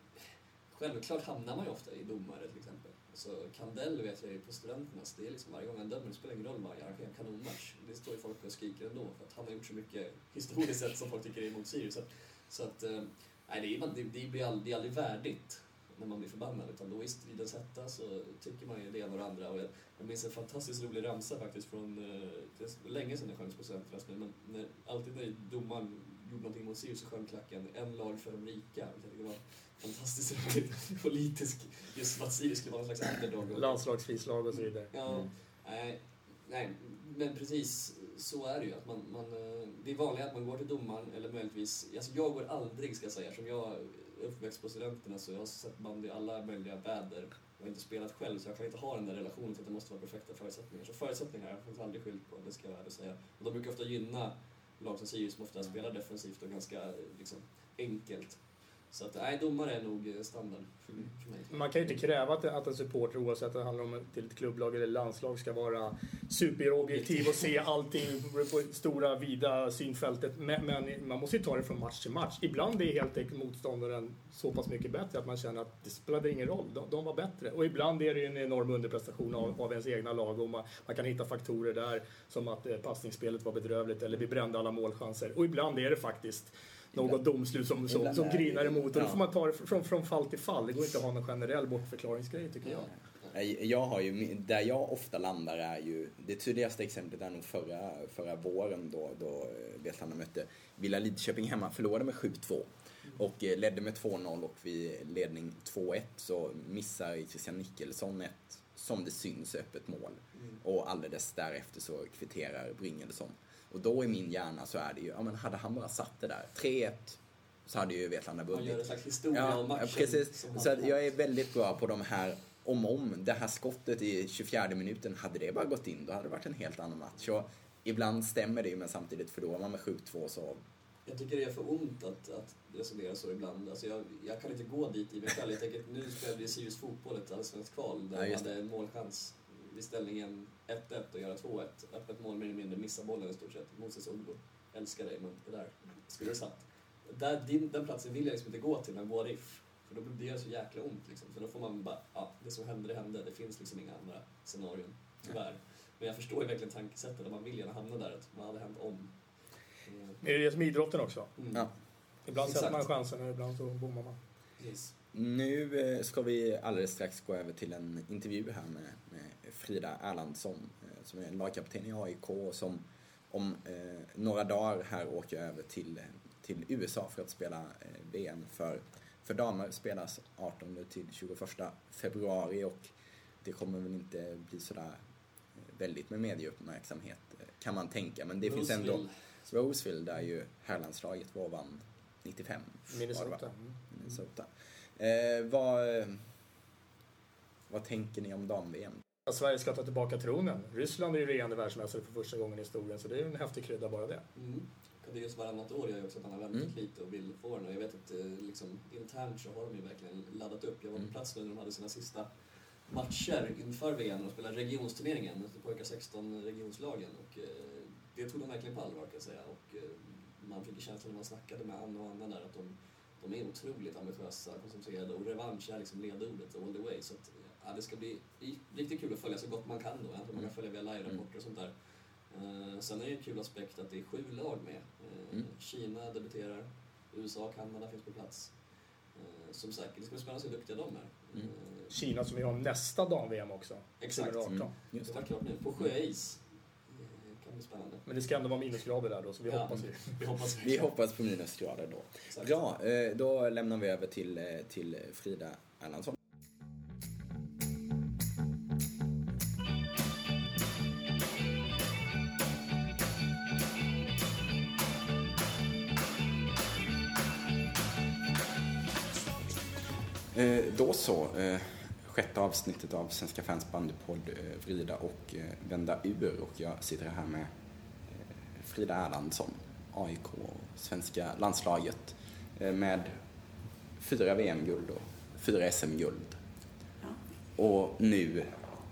S2: självklart hamnar man ju ofta i domare till exempel. Så Kandell vet jag ju på studenternas, det är liksom varje gång han dömer, det spelar ingen roll vad jag arrangerar en kanonmatch. Det står ju folk och skriker ändå för att han har gjort så mycket historiskt sett som folk tycker är emot Sirius. Så, så att, nej, det, är, det, det blir aldrig, det är aldrig värdigt när man blir förbannad, utan då i stridens hetta så tycker man ju det ena och det andra. Och jag, jag minns en fantastiskt rolig ramsa faktiskt från, det är länge sedan jag sjöng på studenternas nu, men när, alltid när domaren gjorde någonting mot Sirius så sjöng klacken en lag för de rika. Jag tycker det var fantastiskt roligt politisk, just att Sirius skulle vara en slags underdog.
S3: Landslagsfislag och så vidare.
S2: Ja, mm. nej, nej, men precis så är det ju. Att man, man, det är vanligt att man går till domaren, eller möjligtvis, alltså jag går aldrig ska jag säga, som jag uppväxt på studenterna så jag har sett band i alla möjliga väder. Jag har inte spelat själv så jag kan inte ha den där relationen till att det måste vara perfekta förutsättningar. Så förutsättningar har jag faktiskt aldrig skilt på, det ska jag väl säga. Och de brukar ofta gynna lag som Sirius som ofta spelar defensivt och ganska liksom, enkelt. Så att, nej, domare är nog standard för mig.
S3: Man kan ju inte kräva att, att en supporter, oavsett att det handlar om till ett klubblag eller landslag, ska vara superobjektiv och se allting på stora, vida synfältet. Men, men man måste ju ta det från match till match. Ibland är helt enkelt motståndaren så pass mycket bättre att man känner att det spelade ingen roll. De, de var bättre. Och ibland är det ju en enorm underprestation av, av ens egna lag. Och man, man kan hitta faktorer där som att eh, passningsspelet var bedrövligt eller vi brände alla målchanser. Och ibland är det faktiskt något domslut som, som, som grinar emot. Och då får man ta det från, från fall till fall. Det går inte att ha någon generell bortförklaringsgrej, tycker jag.
S4: Jag har ju, där jag ofta landar är ju, det tydligaste exemplet är nog förra, förra våren då, då Vetlanda mötte Villa Lidköping hemma, förlorade med sju två och ledde med två noll, och vid ledning två ett så missar Christian Nicholson ett, som det syns, öppet mål. Mm. Och alldeles därefter så kvitterar Bryngelsson. Och då i min hjärna så är det ju, ja men hade han bara satt det där, tre ett, så hade ju Vetlanda vunnit.
S2: Man gör en slags historia
S4: ja,
S2: om matchen.
S4: Precis, så att jag är väldigt bra på de här om om det här skottet i tjugofjärde minuten, hade det bara gått in, då hade det varit en helt annan match. Och ibland stämmer det ju, men samtidigt förlorar man med sju två så...
S2: Jag tycker det är för ont att, att resonera så ibland. Alltså jag, jag kan inte gå dit i mig själv. Jag tänker att nu spelade vi Sirius fotboll, ett allsvenskt kval, där ja, man hade en målchans vid ställningen ett ett och göra två ett. Öppet mål mer eller mindre, missa bollen i stort sett. Moses Ugbo, älskar dig, men det där skulle det satt. Där, din, den platsen vill jag liksom inte gå till, men what if? För då blir det så jäkla ont liksom. Så då får man bara, ja, det som hände, det hände. Det finns liksom inga andra scenarion, tyvärr. Ja. Men jag förstår ju verkligen tankesättet, att man vill gärna hamna där, att man hade hänt om.
S3: Mm. Är det som idrotten också?
S2: Mm.
S3: Ja. Ibland sätter man chansen och ibland så bommar man.
S2: Yes.
S4: Nu ska vi alldeles strax gå över till en intervju här med, med Frida Erlandsson, som är en lagkapten i A I K, som om eh, några dagar här åker över till, till U S A för att spela eh, V M för För damer. Spelas artonde till tjugoförsta februari, och det kommer väl inte bli sådär väldigt med medieuppmärksamhet, kan man tänka. Men det Roseville. Finns ändå Roseville, där ju herrlandslaget var vann nittiofem.
S3: Minnesota.
S4: Minnesota. Eh, vad, vad tänker ni om dam-V M?
S3: Att Sverige ska ta tillbaka tronen. Ryssland är ju regerande världsmästare för första gången i historien, så det är ju en häftig krydda bara det.
S2: Mm. det är just varannat år gör ju också att man har väntat
S4: Mm.
S2: lite och vill få den. Och jag vet att eh, liksom, internt så har de ju verkligen laddat upp. Jag var på
S4: Mm.
S2: plats nu när de hade sina sista matcher inför V M och spelade regionsturneringen. Pojkar sexton regionslagen. Och eh, det tog de verkligen på allvar kan jag säga. Och eh, man fick känslan när man snackade med Anna och Anna där att de, de är otroligt ambitiösa, koncentrerade och revansch är liksom ledordet all the way. Så att, ja, det ska bli riktigt kul att följa så gott man kan då. Jag tror man kan följa via live-rapporter och sånt där. Uh, sen är det en kul aspekt att det är sju lag med. Uh, mm. Kina debuterar, U S A och Kanada finns på plats. Uh, som sagt, det ska bli spännande att se hur duktiga de är.
S3: Mm. Uh, Kina som vi har nästa dam-V M också.
S2: Exakt, mm.
S3: Just
S2: det var klart nu. På sjöis. Det kan bli spännande.
S3: Men det ska ändå vara minusgrader där då, så vi
S2: ja,
S3: hoppas ju.
S2: Vi hoppas,
S4: vi hoppas på minusgrader då. Exakt. Bra, då lämnar vi över till, till Frida Erlandsson. Eh, då så, eh, sjätte avsnittet av Svenska Fans bandypodd eh, Frida och eh, Vända ur, och jag sitter här med eh, Frida Erlandsson, A I K och svenska landslaget eh, med fyra V M-guld och fyra S M-guld. Ja. Och nu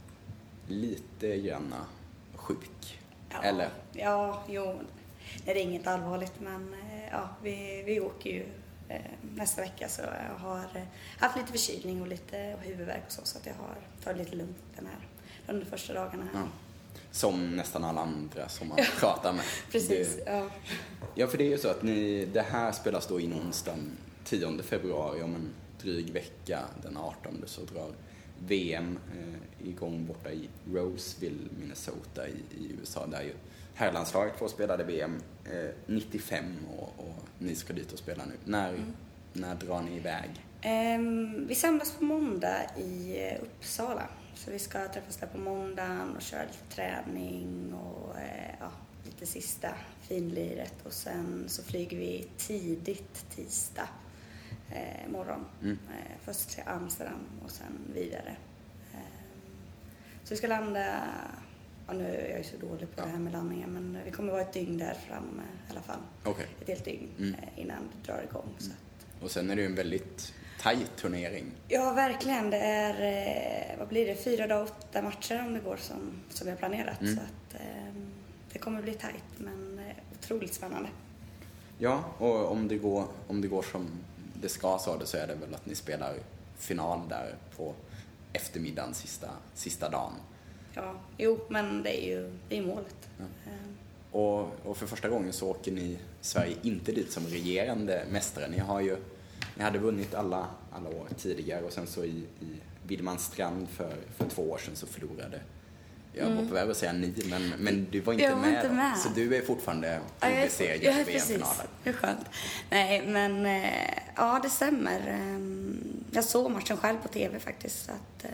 S4: lite granna sjuk,
S5: ja,
S4: eller?
S5: Ja, jo, det är inget allvarligt, men eh, ja, vi, vi åker ju nästa vecka, så jag har haft lite förkylning och lite huvudvärk och så, så att jag har tagit lite lugnt den här, de första dagarna här.
S4: Ja. Som nästan alla andra som man pratar med.
S5: Precis,
S4: det,
S5: ja.
S4: Ja, för det är ju så att ni, det här spelas då in onsdagen tionde februari, om en dryg vecka den artonde så drar V M eh, igång borta i Roseville, Minnesota i, i U S A, där ju herrlandslaget får spela det V M eh, nittiofem och, och ni ska dit och spela nu. När, mm. när drar ni iväg?
S5: Um, vi samlas på måndag i Uppsala. Så vi ska träffas där på måndagen och köra lite träning och eh, ja, lite sista finliret. Och sen så flyger vi tidigt tisdag eh, morgon. Mm. Eh, först till Amsterdam och sen vidare. Um, så vi ska landa... Ja, nu är jag ju så dålig på ja. det här med landningen, men vi kommer vara ett dygn där fram i alla fall.
S4: Okay.
S5: Ett helt dygn mm. innan det drar igång. Så
S4: mm.
S5: att...
S4: Och sen är det ju en väldigt tajt turnering.
S5: Ja, verkligen. Det är, vad blir det, fyra dagar, åtta matcher om det går som, som vi har planerat. Mm. Så att eh, det kommer bli tajt, men otroligt spännande.
S4: Ja, och om det går, om det går som det ska så, det så är det väl att ni spelar final där på eftermiddagen sista, sista dagen.
S5: Ja, jo, men det är ju det är målet. Ja.
S4: Mm. Och, och för första gången så åker ni Sverige inte dit som regerande mästare. Ni har ju, ni hade vunnit alla, alla år tidigare, och sen så i, i Widmanstrand för, för två år sedan så förlorade. Jag var mm. på väg att säga ni, men, men du var inte,
S5: jag var
S4: med,
S5: inte med.
S4: Så du är fortfarande obesegrad
S5: ja,
S4: i V M-finalen.
S5: Det är skönt. Nej, men ja, det stämmer. Jag såg matchen själv på tv faktiskt. Så att,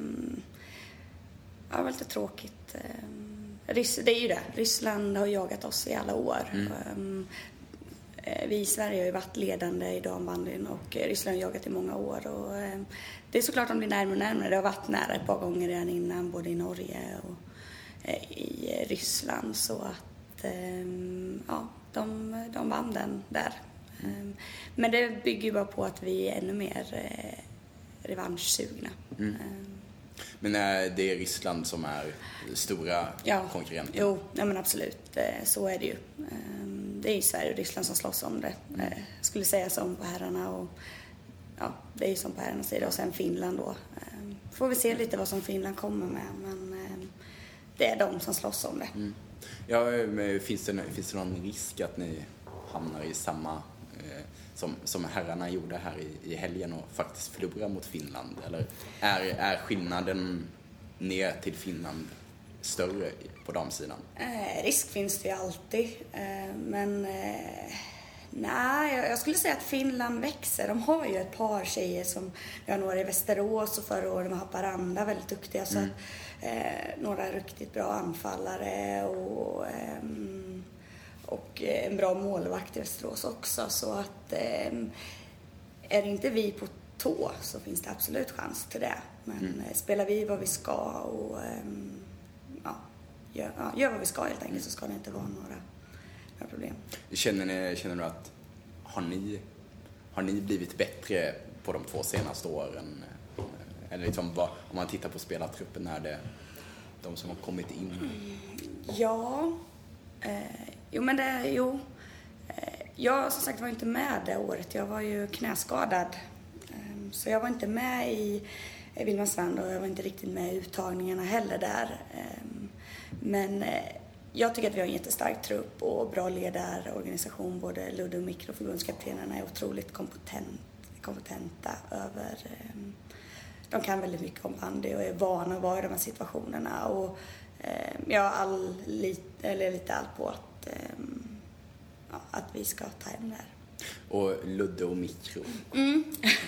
S5: ja, det var lite tråkigt. Det är ju det. Ryssland har jagat oss i alla år. Mm. Vi i Sverige har ju varit ledande i dambandyn och Ryssland har jagat i många år. Och det är såklart de blir närmare och närmare. Det har varit nära ett par gånger redan innan, både i Norge och i Ryssland. Så att ja, de, de vann den där. Mm. Men det bygger ju bara på att vi är ännu mer revanschsugna. Mm.
S4: Men det är Ryssland som är stora
S5: ja,
S4: konkurrenter?
S5: Jo, ja, men absolut. Så är det ju. Det är ju Sverige och Ryssland som slåss om det. Mm. Jag skulle säga som på herrarna, och ja, det är ju som på herrarnas sida, och sen Finland då. Får vi se lite vad som Finland kommer med, men det är de som slåss om det. Mm.
S4: Ja, men finns det, finns det någon risk att ni hamnar i samma Som, som herrarna gjorde här i, i helgen och faktiskt förlorar mot Finland? Eller är, är skillnaden ner till Finland större på damsidan?
S5: Eh, risk finns det ju alltid. Eh, men eh, nej, jag skulle säga att Finland växer. De har ju ett par tjejer som, vi har några i Västerås och förra året med Haparanda, väldigt duktiga. Så mm. att, eh, några riktigt bra anfallare och... Eh, och en bra målvakt i Västerås också. Så att eh, är det inte vi på tå så finns det absolut chans till det. Men mm. spelar vi vad vi ska och eh, ja, gör, ja, gör vad vi ska helt enkelt, så ska det inte vara några, några problem.
S4: Känner ni, känner du att har ni, har ni blivit bättre på de två senaste åren? Eller liksom, vad, om man tittar på spelartruppen, är det de som har kommit in?
S5: Ja, eh, jo men det, jo. Eh, jag som sagt var inte med det året. Jag var ju knäskadad. Eh, så jag var inte med i Vilmansland och jag var inte riktigt med i uttagningarna heller där. Eh, men eh, jag tycker att vi har en jättestark trupp och bra ledarorganisation. Både Ludde och Mikro, förbundskaptenerna, är otroligt kompetent, kompetenta över... Eh, de kan väldigt mycket om bandy och är vana att vara i de här situationerna. Och eh, jag har all, lite, eller lite allt på att, eh, ja, att vi ska ta hem det här.
S4: Och Ludde och Mikro
S5: mm.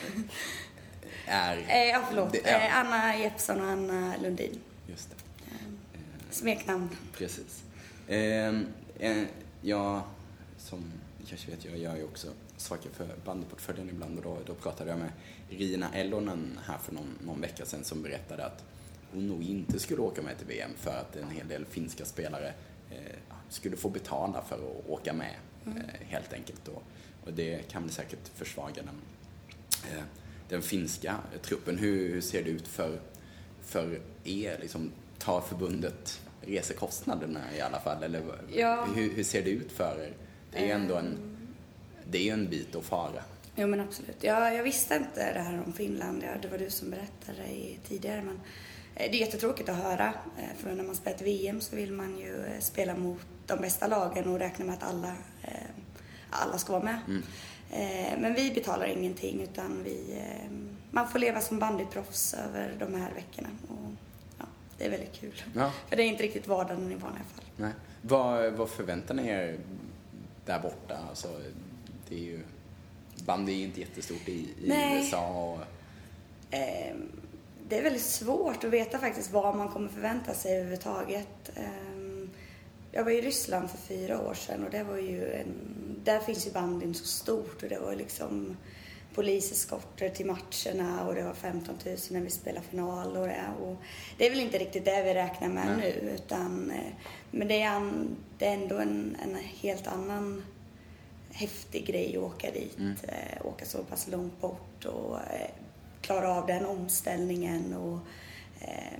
S4: är...
S5: Eh, ja, förlåt.
S4: Det är...
S5: Eh, Anna Jeppsson och Anna Lundin.
S4: Just det.
S5: Eh, smeknamn.
S4: Precis. Eh, eh, jag, som ni kanske vet, jag gör ju också saker för bandyportföljen ibland, och då, då pratade jag med Rina Ellonen här för någon, någon vecka sedan, som berättade att hon nog inte skulle åka med till V M för att en hel del finska spelare eh, skulle få betala för att åka med, mm. eh, helt enkelt. Och, och det kan väl säkert försvaga den, eh, den finska truppen. Hur, hur ser det ut för, för er? Liksom, tar förbundet resekostnaderna i alla fall? Eller
S5: ja.
S4: hur, hur ser det ut för er? Det är ju ändå en, det är ju en bit att fara.
S5: Jo men absolut. Jag, jag visste inte det här om Finland. Ja, det var du som berättade i, tidigare. Men det är jättetråkigt att höra. För när man spelar ett V M så vill man ju spela mot de bästa lagen och räkna med att alla, alla ska vara med. Mm. Men vi betalar ingenting, utan vi, man får leva som bandyproffs över de här veckorna. Och ja, det är väldigt kul. Ja. För det är inte riktigt vardagen i vanliga fall.
S4: Nej. Vad, vad förväntar ni er där borta? Alltså, det är ju... Bandy är inte jättestort i, i U S A. Och...
S5: Eh, det är väldigt svårt att veta faktiskt vad man kommer förvänta sig överhuvudtaget. Eh, jag var i Ryssland för fyra år sedan och det var ju en, där finns ju bandyn så stort, och det var liksom poliseskorter till matcherna och det var femton tusen när vi spelade final. Och det, och det är väl inte riktigt det vi räknar med Nej. nu, utan, eh, men det är, en, det är ändå en, en helt annan häftig grej att åka dit, mm. äh, åka så pass långt bort och äh, klara av den omställningen och äh,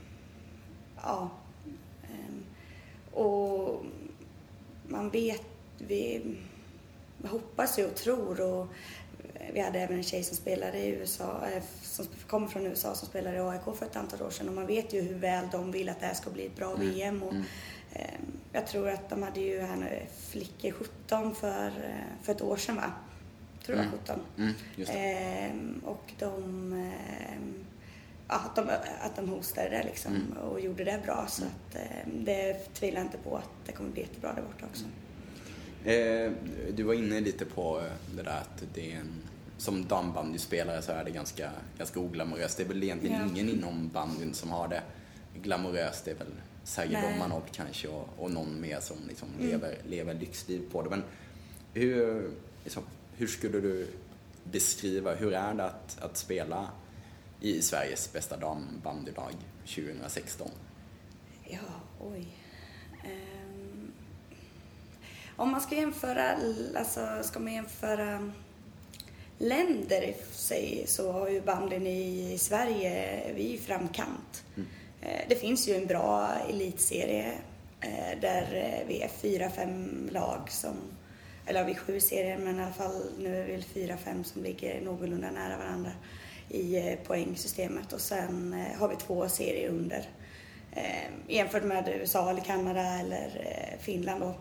S5: ja äh, och man vet, vi hoppas ju och tror, och vi hade även en tjej som spelade i U S A, äh, som kommer från U S A, som spelade i A I K för ett antal år sedan, och man vet ju hur väl de vill att det här ska bli ett bra mm. V M och mm. jag tror att de hade ju här nu flickor sjutton för, för ett år sedan, va? Jag tror det var sjutton. Mm. Mm, just det. Ehm, och de, ehm, ja, att de, att de hostade det liksom mm. och gjorde det bra. Så mm. att, ehm, det tvivlar inte på att det kommer bli jättebra där borta också.
S4: Mm. Eh, du var inne lite på det där att det är en, som dambandyspelare så är det ganska, ganska oglamoröst. Det är väl egentligen ja. ingen inom bandyn som har det glamoröst. Det är väl Sergej Romanov kanske och, och någon mer som liksom mm. lever, lever lyxliv på det. Men hur, liksom, hur skulle du beskriva, hur är det att, att spela i Sveriges bästa dambandylag tjugohundrasexton?
S5: Ja, oj. Um, om man ska jämföra, alltså ska man jämföra länder i sig, så har ju bandyn i Sverige, vi är ju framkant. Mm. Det finns ju en bra elitserie där vi är fyra, fem lag som, eller vi är sju serier, men i alla fall nu är det fyra, fem som ligger någorlunda nära varandra i poängsystemet, och sen har vi två serier under jämfört med U S A eller Kanada eller Finland då.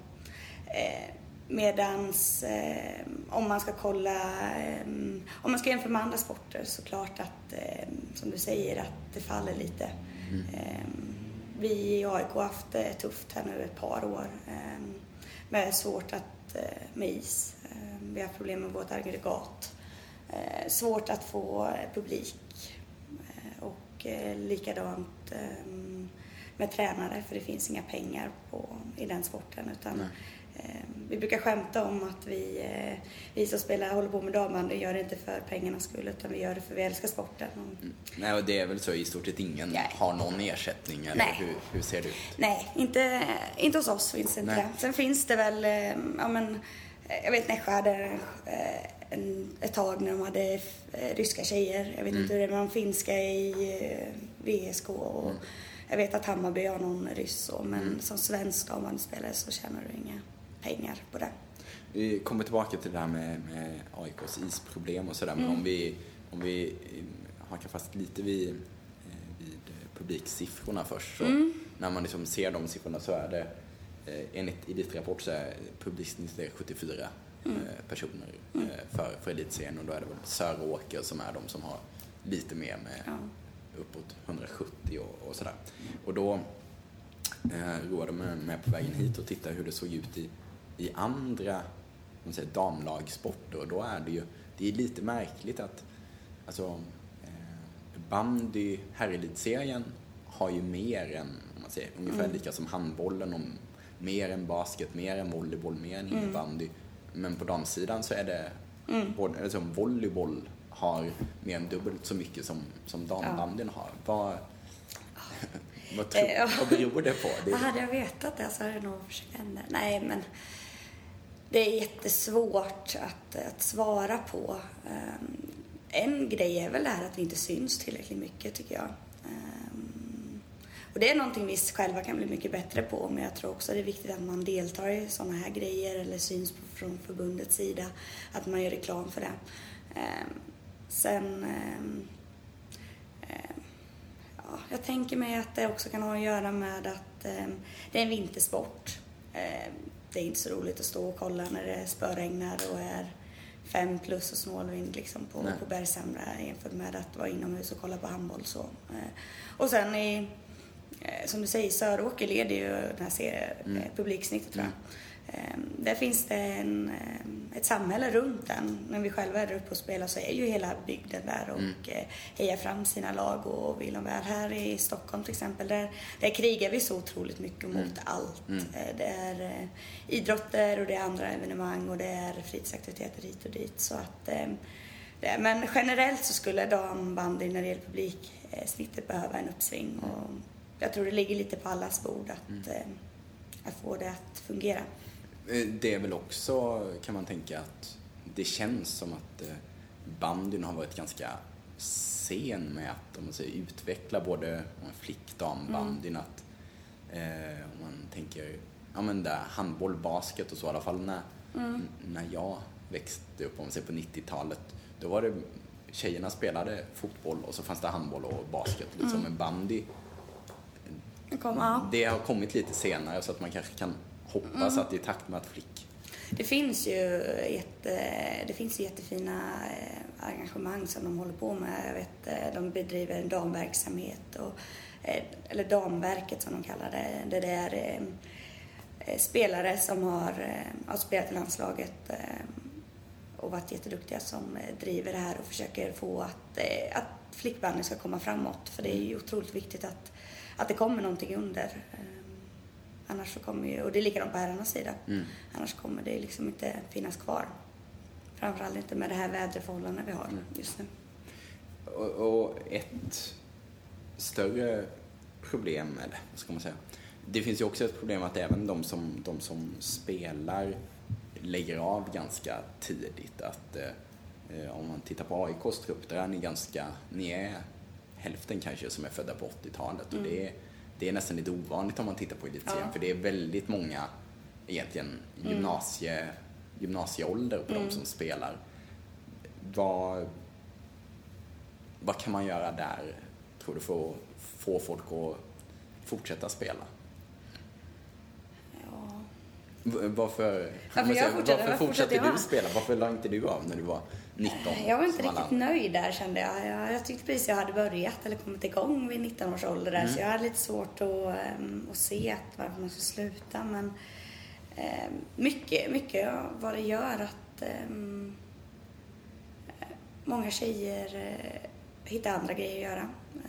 S5: Medans eh, om man ska kolla, eh, om man ska jämföra med andra sporter, så klart att, eh, som du säger, att det faller lite. Mm. Eh, vi i A I K har haft det tufft här nu ett par år. Eh, med svårt att, eh, med is. Eh, vi har problem med vårt aggregat. Eh, svårt att få publik. Eh, och eh, likadant eh, med tränare, för det finns inga pengar på, i den sporten. Utan eh, vi brukar skämta om att vi, eh, vi som spelar håller på med dambandy gör det inte för pengarnas skull, utan vi gör det för vi älskar sporten.
S4: Mm. Nej, och det är väl så i stort sett ingen Nej. har någon ersättning, eller hur, hur ser det ut?
S5: Nej, inte, inte hos oss finns det inte det. Sen finns det väl, eh, ja men, jag vet Nässjö hade eh, en, ett tag när de hade eh, ryska tjejer. Jag vet mm. inte hur det är med de finska i eh, V S K och mm. jag vet att Hammarby har någon ryss och, men mm. som svensk dambandyspelare så tjänar du inga pengar på det.
S4: Vi kommer tillbaka till det här med, med A I K:s isproblem och sådär, mm. men om vi, om vi hakar fast lite vid, vid publiksiffrorna först, så mm. när man liksom ser de siffrorna så är det enligt Elitrapport så är publiksnittet sjuttiofyra mm. personer mm. för, för elitserien, och då är det väl Söråker som är de som har lite mer med ja. uppåt hundrasjuttio och, och sådär. Och då eh, roade jag med på vägen hit och titta hur det såg ut i, i andra man säger, damlagsporter, och då är det ju det är lite märkligt att alltså, eh, bandy herrelitserien har ju mer än om man säger, ungefär mm. lika som handbollen, om mer än basket, mer än volleyboll, mer än innebandy. Mm. Men på damsidan så är det mm. både, alltså, volleyboll har mer än dubbelt så mycket som, som dambandyn ja. har. Vad, vad, tro, eh, vad beror det på? Det...
S5: Hade jag vetat det så hade jag nog försökt ändra. Nej, men det är jättesvårt att, att svara på. Um, en grej är väl det här att vi inte syns tillräckligt mycket, tycker jag. Um, och det är någonting vi själva kan bli mycket bättre på, men jag tror också det är viktigt att man deltar i sådana här grejer eller syns på, från förbundets sida, att man gör reklam för det. Um, sen um, um, ja, jag tänker mig att det också kan ha att göra med att um, det är en vintersport. Um, det är inte så roligt att stå och kolla när det spöregnar och är fem plus och snålvind liksom på, på Bergshamra, jämfört med att vara inomhus och kolla på handboll. Så. Uh, och sen i som du säger, Söråker leder ju den här serien, mm. publiksnittet, tror jag. Mm. Där finns det en, ett samhälle runt den. När vi själva är där uppe och spelar så är ju hela bygden där och mm. hejar fram sina lag och vill de väl. Här i Stockholm till exempel, där, där krigar vi så otroligt mycket mot mm. allt. Mm. Det är idrotter och det är andra evenemang och det är fritidsaktiviteter hit och dit. Så att, det, men generellt så skulle dambandy när det gäller publiksnittet behöva en uppsving, och jag tror det ligger lite på allas bord att, mm. eh, att få det att fungera.
S4: Det är väl också, kan man tänka, att det känns som att eh, bandyn har varit ganska sen med att om man säger, utveckla både flick- dambandyn. Mm. Att, eh, om man tänker ja, men där, handboll, basket och så, i alla fall när, mm. när jag växte upp, om man säger på nittiotalet, då var det tjejerna spelade fotboll och så fanns det handboll och basket. Liksom. Mm. En bandy
S5: Kom, ja.
S4: det har kommit lite senare, så att man kanske kan hoppas mm. att det är takt med att flick.
S5: Det finns ju jätte, det finns ju jättefina engagemang som de håller på med. Jag vet, de bedriver en damverksamhet, och, eller damverket som de kallar det. Det är spelare som har, har spelat i landslaget och varit jätteduktiga som driver det här och försöker få att, att flickbandy ska komma framåt. För det är ju otroligt viktigt att att det kommer någonting under. Annars så kommer ju, och det är likadant på herrarnas sida. Mm. Annars kommer det liksom inte finnas kvar. Framförallt inte med det här väderförhållandena vi har mm. just nu.
S4: Och, och ett större problem, eller vad ska man säga? Det finns ju också ett problem att även de som, de som spelar lägger av ganska tidigt. Att eh, om man tittar på A I K:s trupp, där är ni ganska, ni är hälften kanske som är födda på åttiotalet. Mm. Och det är, det är nästan lite ovanligt om man tittar på elitserien. Ja. För det är väldigt många egentligen gymnasie, mm. gymnasieålder på mm. de som spelar. Vad, vad kan man göra där, tror du, för att få folk att fortsätta spela?
S5: Ja.
S4: Varför,
S5: varför,
S4: säga,
S5: fortsätter,
S4: varför fortsatte du spela? Varför la inte du av när du var nitton?
S5: Jag var inte riktigt nöjd där, kände jag. Jag, jag tyckte precis att jag hade börjat eller kommit igång vid nitton års ålder där, mm. så jag hade lite svårt att, um, att se att varför man skulle sluta. Men um, mycket, mycket vad det gör att um, många tjejer uh, hittar andra grejer att göra. Uh,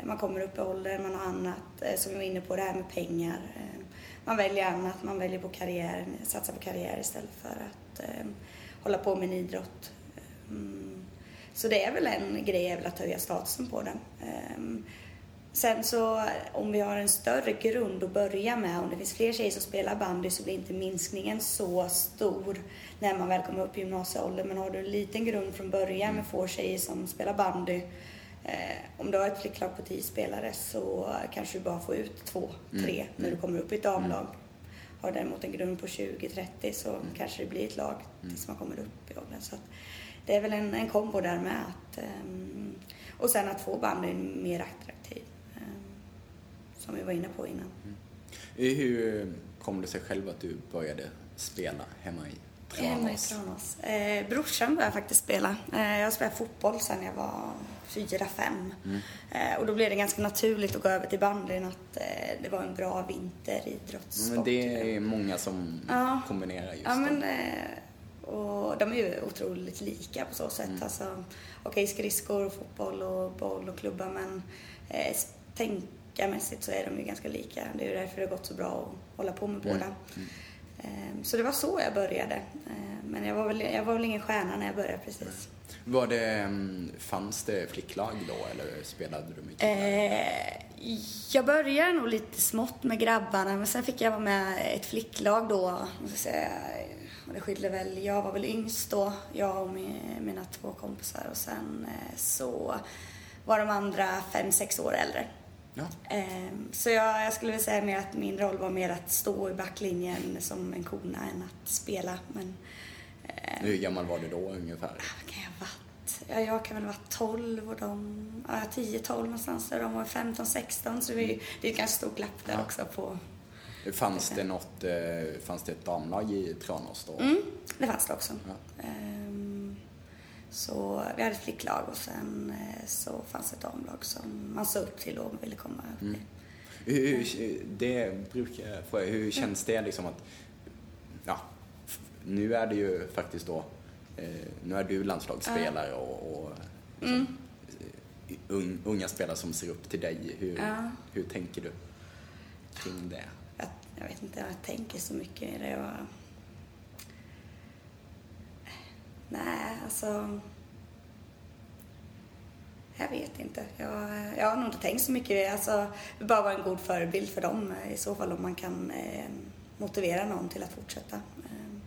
S5: man kommer upp i ålder, man har annat, eh, som vi var inne på, det här med pengar. Eh, man väljer annat, man väljer på karriär, satsa på karriär istället för att eh, hålla på med en idrott. Mm. Så det är väl en grej, är väl att höja statusen på den. Eh, sen så om vi har en större grund att börja med, om det finns fler tjejer som spelar bandy, så blir inte minskningen så stor när man väl kommer upp i gymnasieålder. Men har du en liten grund från början med få tjejer som spelar bandy, eh, om du har ett flicklag på tio spelare så kanske du bara får ut två, tre mm. när du kommer upp i ett damlag. Har däremot en grund på tjugo trettio så mm. kanske det blir ett lag tills man kommer upp i åldern. Så att det är väl en, en kombo där med att, um, och sen att få bandy mer attraktiv, um, som vi var inne på innan.
S4: Mm. Hur kom det sig själv att du började spela hemma i Tranås?
S5: Hemma i Tranås. Eh, brorsan började faktiskt spela. Eh, jag spelade fotboll sedan jag var fyra, fem. Mm. Eh, och då blev det ganska naturligt att gå över till bandyn, att eh, det var en bra vinteridrottssport.
S4: Men det är många som ja. kombinerar just
S5: ja, men, eh, och de är ju otroligt lika på så sätt. Mm. Alltså, okej, okay, skridskor, fotboll och boll och klubba, men eh, tänkarmässigt så är de ju ganska lika. Det är ju därför det har gått så bra att hålla på med båda. Mm. Mm. Så det var så jag började. Men jag var väl, jag var väl ingen stjärna när jag började precis.
S4: Var det, fanns det flicklag då eller spelade du mycket?
S5: Eh, jag började nog lite smått med grabbarna, men sen fick jag vara med ett flicklag då. Det skilde väl, jag var väl yngst då, jag och mina två kompisar. Och sen så var de andra fem, sex år äldre. Ja. Så jag, jag skulle väl säga mer att min roll var mer att stå i backlinjen som en kona än att spela. Men,
S4: hur gammal var du då ungefär?
S5: Vad kan jag ha varit? Ja, jag kan väl vara tolv och de, ja, tio tolv någonstans. Och de var femton sexton, så det är, det är ett ganska stort glapp där ja. också på.
S4: Fanns det något, fanns det ett damlag i Tranås då?
S5: Mm, det fanns det också. Ja. Um, Så vi hade ett flicklag och sen så fanns ett damlag som man såg upp till och ville komma upp i.
S4: Mm. Hur, det brukar jag fråga, hur känns det liksom att, ja, nu är det ju faktiskt då, eh, nu är du landslagsspelare ja. och, och liksom, mm. unga spelare som ser upp till dig. Hur, ja. hur tänker du kring det?
S5: Jag, jag vet inte, jag tänker så mycket i det. Jag, nej, alltså jag vet inte. Jag, jag har nog inte tänkt så mycket. Alltså, det bara vara en god förebild för dem i så fall, om man kan eh, motivera någon till att fortsätta. Eh,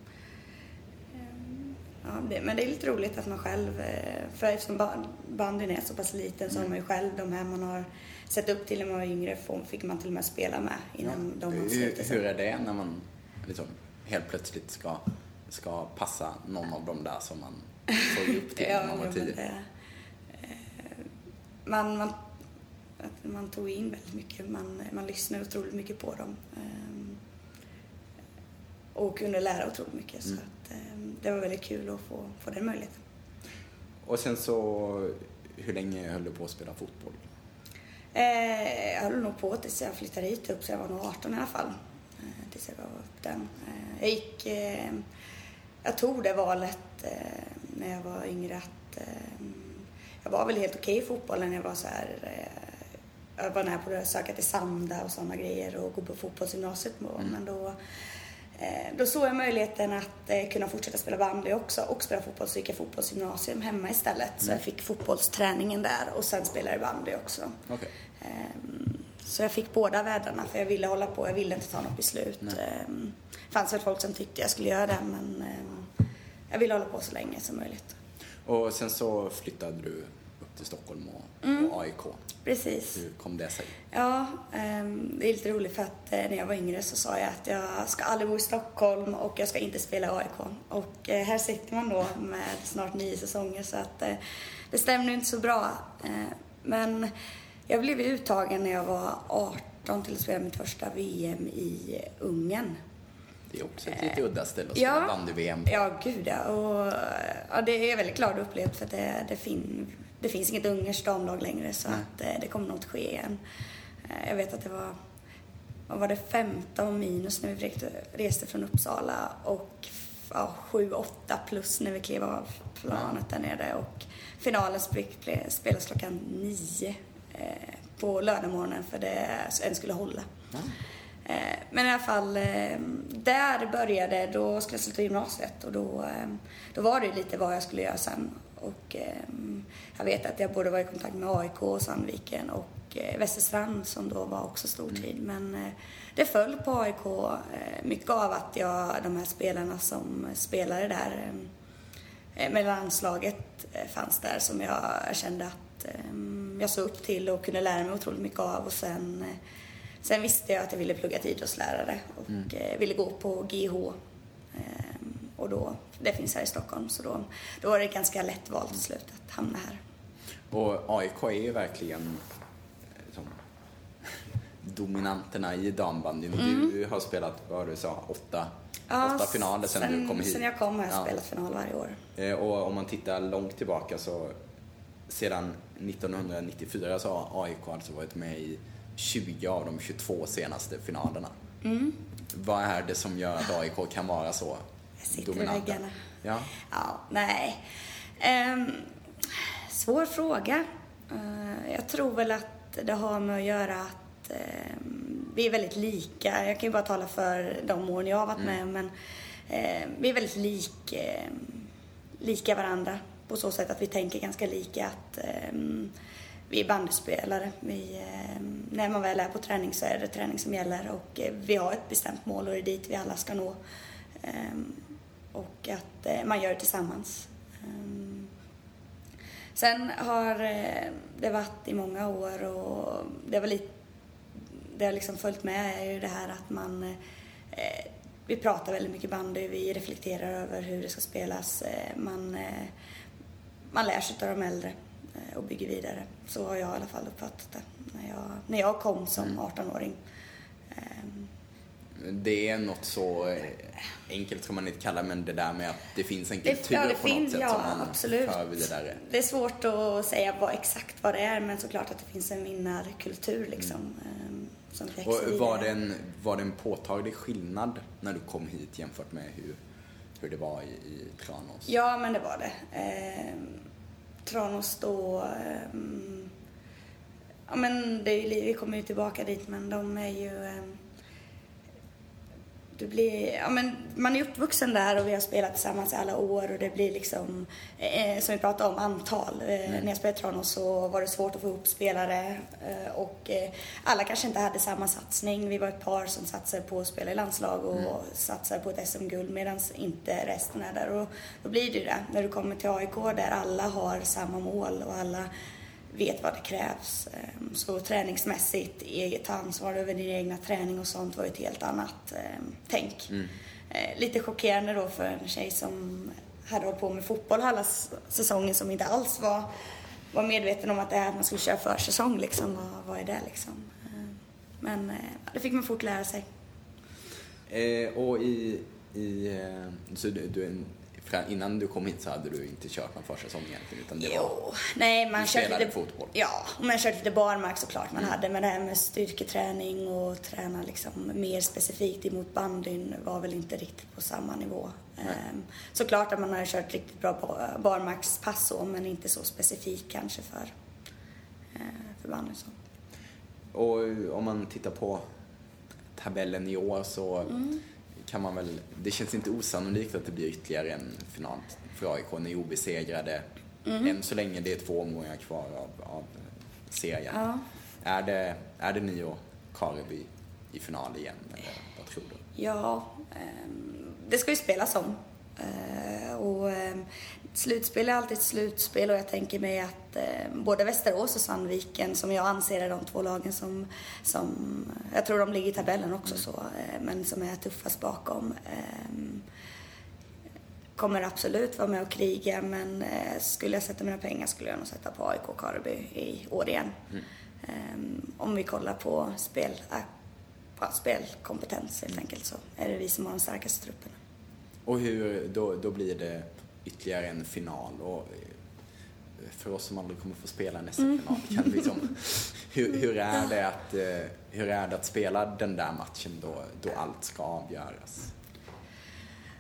S5: ja, det, men det är lite roligt att man själv, eh, för eftersom bandyn är så pass liten så har man ju själv de här man har sett upp till när man var yngre, fick man till och med spela med innan ja. de har slutat.
S4: Hur, hur är det när man liksom helt plötsligt ska ska passa någon av dem där som man såg upp till
S5: ja,
S4: när man var tio?
S5: Det, eh, man, man, man tog in väldigt mycket. Man, man lyssnade otroligt mycket på dem. Eh, och kunde lära otroligt mycket. Mm. Så att, eh, det var väldigt kul att få, få den möjligheten.
S4: Och sen så, hur länge höll du på att spela fotboll?
S5: Eh, jag höll nog på tills jag flyttade hit upp, så jag var nog arton i alla fall. Eh, tills jag gav upp den. Eh, jag gick... Eh, Jag tog det valet eh, när jag var yngre att eh, jag var väl helt okej i fotbollen när jag var så här, eh, jag var nära på att söka till Sanda och sådana grejer och gå på fotbollsgymnasiet med. Mm. Men då, eh, då såg jag möjligheten att eh, kunna fortsätta spela bandy också och spela fotboll, så gick jag fotbollsgymnasium hemma istället. Mm. Så jag fick fotbollsträningen där och sen spelade jag bandy också.
S4: Okay.
S5: Eh, så jag fick båda världarna, för jag ville hålla på, jag ville inte ta något beslut. Det fanns väl folk som tyckte jag skulle göra det, men eh, jag ville hålla på så länge som möjligt.
S4: Och sen så flyttade du upp till Stockholm och, mm. och A I K.
S5: Precis.
S4: Hur kom det sig?
S5: Ja, eh, det är lite roligt för att eh, när jag var yngre så sa jag att jag ska aldrig bo i Stockholm och jag ska inte spela A I K. Och eh, här sitter man då med snart nio säsonger, så att eh, det stämde inte så bra. Eh, men jag blev uttagen när jag var arton till att spela mitt första V M i Ungern.
S4: Det är också ett lite udda ställe att spela
S5: ja,
S4: bandy-V M.
S5: Ja, gud ja. Och, ja, det är jag väldigt glad upplevt, för att det, det, fin, det finns inget ungerskt damlag längre, så mm. att det, det kommer nog att ske igen. Jag vet att det var, vad var det, femton minus när vi reste från Uppsala och ja, sju åtta plus när vi klev av planet där nere. Och finalen spelas klockan nio på lördagmorgonen för det en skulle hålla. Mm. Eh, men i alla fall, eh, där började, då skulle jag sluta gymnasiet och då, eh, då var det lite vad jag skulle göra sen. Och eh, jag vet att jag både var i kontakt med A I K, Sandviken och eh, Västerstrand som då var också stor tid. Mm. Men eh, det föll på A I K eh, mycket av att jag, de här spelarna som spelade där eh, med landslaget eh, fanns där som jag kände att eh, jag såg upp till och kunde lära mig otroligt mycket av. Och sen, eh, sen visste jag att jag ville plugga till idrottslärare och mm. eh, ville gå på G H. Eh, och då, det finns här i Stockholm, så då, då var det ganska lätt val till slut att hamna här.
S4: Och A I K är ju verkligen liksom, dominanterna i dambandyn. Mm. Du har spelat, vad du sa, åtta, ja, åtta finaler sedan sen, du kom hit.
S5: Sen jag kom har jag ja. spelat final varje år.
S4: Och om man tittar långt tillbaka så sedan nittonhundranittiofyra så har A I K alltså varit med i tjugo av de tjugotvå senaste finalerna. Mm. Vad är det som gör att A I K kan vara så dominanta? Ja.
S5: Ja, nej. Um, svår fråga. Uh, jag tror väl att det har med att göra att um, vi är väldigt lika. Jag kan ju bara tala för de åren jag har varit med, mm. men uh, vi är väldigt lik, uh, lika varandra på så sätt att vi tänker ganska lika. Att um, vi är bandyspelare. Vi, um, när man väl är på träning så är det träning som gäller och uh, vi har ett bestämt mål och det är dit vi alla ska nå. Um, och att eh, man gör det tillsammans. Um, sen har eh, det varit i många år och det var lite, det har liksom följt med är ju det här att man eh, vi pratar väldigt mycket bandy, vi reflekterar över hur det ska spelas, eh, man, eh, man lär sig av de äldre eh, och bygger vidare. Så har jag i alla fall uppfattat det när jag, när jag kom som arton-åring. Um,
S4: Det är något så enkelt som man inte kallar, men det där med att det finns en kultur
S5: det, ja, det
S4: på
S5: finns,
S4: något sätt
S5: ja,
S4: som man
S5: absolut.
S4: för vidare.
S5: Det är svårt att säga vad, exakt vad det är, men såklart att det finns en vinnarkultur liksom. Mm. Som
S4: och var det, en, var det en påtaglig skillnad när du kom hit jämfört med hur, hur det var i, i Tranås?
S5: Ja, men det var det. Eh, Tranås då... Eh, ja, men det är, vi kommer ju tillbaka dit, men de är ju... Eh, Du blir, ja, men man är uppvuxen där och vi har spelat tillsammans i alla år och det blir liksom, eh, som vi pratade om, antal. Eh, mm. När jag spelade i Tranås så var det svårt att få ihop spelare eh, och eh, alla kanske inte hade samma satsning. Vi var ett par som satsade på att spela i landslag och mm. satsade på ett S M-guld medan inte resten är där. Och då blir det ju det, när du kommer till A I K där alla har samma mål och alla vet vad det krävs. Så träningsmässigt, eget ansvar över din egna träning och sånt var ett helt annat eh, tänk. Mm. Eh, lite chockerande då för en tjej som hade hållit på med fotboll hela säsongen som inte alls var, var medveten om att det är att man skulle köra försäsong liksom. Vad, vad är det liksom? Eh, men eh, det fick man fort lära sig.
S4: Eh, och i, i så du, du är en innan du kom hit så hade du inte kört någon försäsong egentligen, utan det
S5: jo,
S4: var,
S5: nej, man
S4: körde
S5: lite
S4: fotboll.
S5: Ja, man körde lite barmark såklart man mm. hade, men det här med styrketräning och träna liksom mer specifikt emot bandyn var väl inte riktigt på samma nivå. Um, såklart att man har kört riktigt bra barmarkspass så, men inte så specifikt kanske för, uh, för bandyn så.
S4: Och om man tittar på tabellen i år så mm. kan man väl, det känns inte osannolikt att det blir ytterligare en final för A I K. Ni är obesegrade. Mm. Än så länge det är två omgångar kvar av, av serien. Ja. Är, det, är det ni och Kareby i final igen? Eller vad tror du?
S5: Ja, det ska ju spelas om. Och slutspel är alltid ett slutspel och jag tänker mig att både Västerås och Sandviken, som jag anser är de två lagen som, som jag tror de ligger i tabellen också mm. så, men som är tuffast bakom, kommer absolut vara med och kriga, men skulle jag sätta mina pengar skulle jag nog sätta på A I K och Kareby i år igen. Mm. Om vi kollar på spel, på spelkompetens helt enkelt, så är det vi som har de starkaste trupperna.
S4: Och hur, då, då blir det ytterligare en final, och för oss som aldrig kommer få spela nästa mm. final, kan vi liksom, hur, hur, är det att, hur är det att spela den där matchen då, då allt ska avgöras?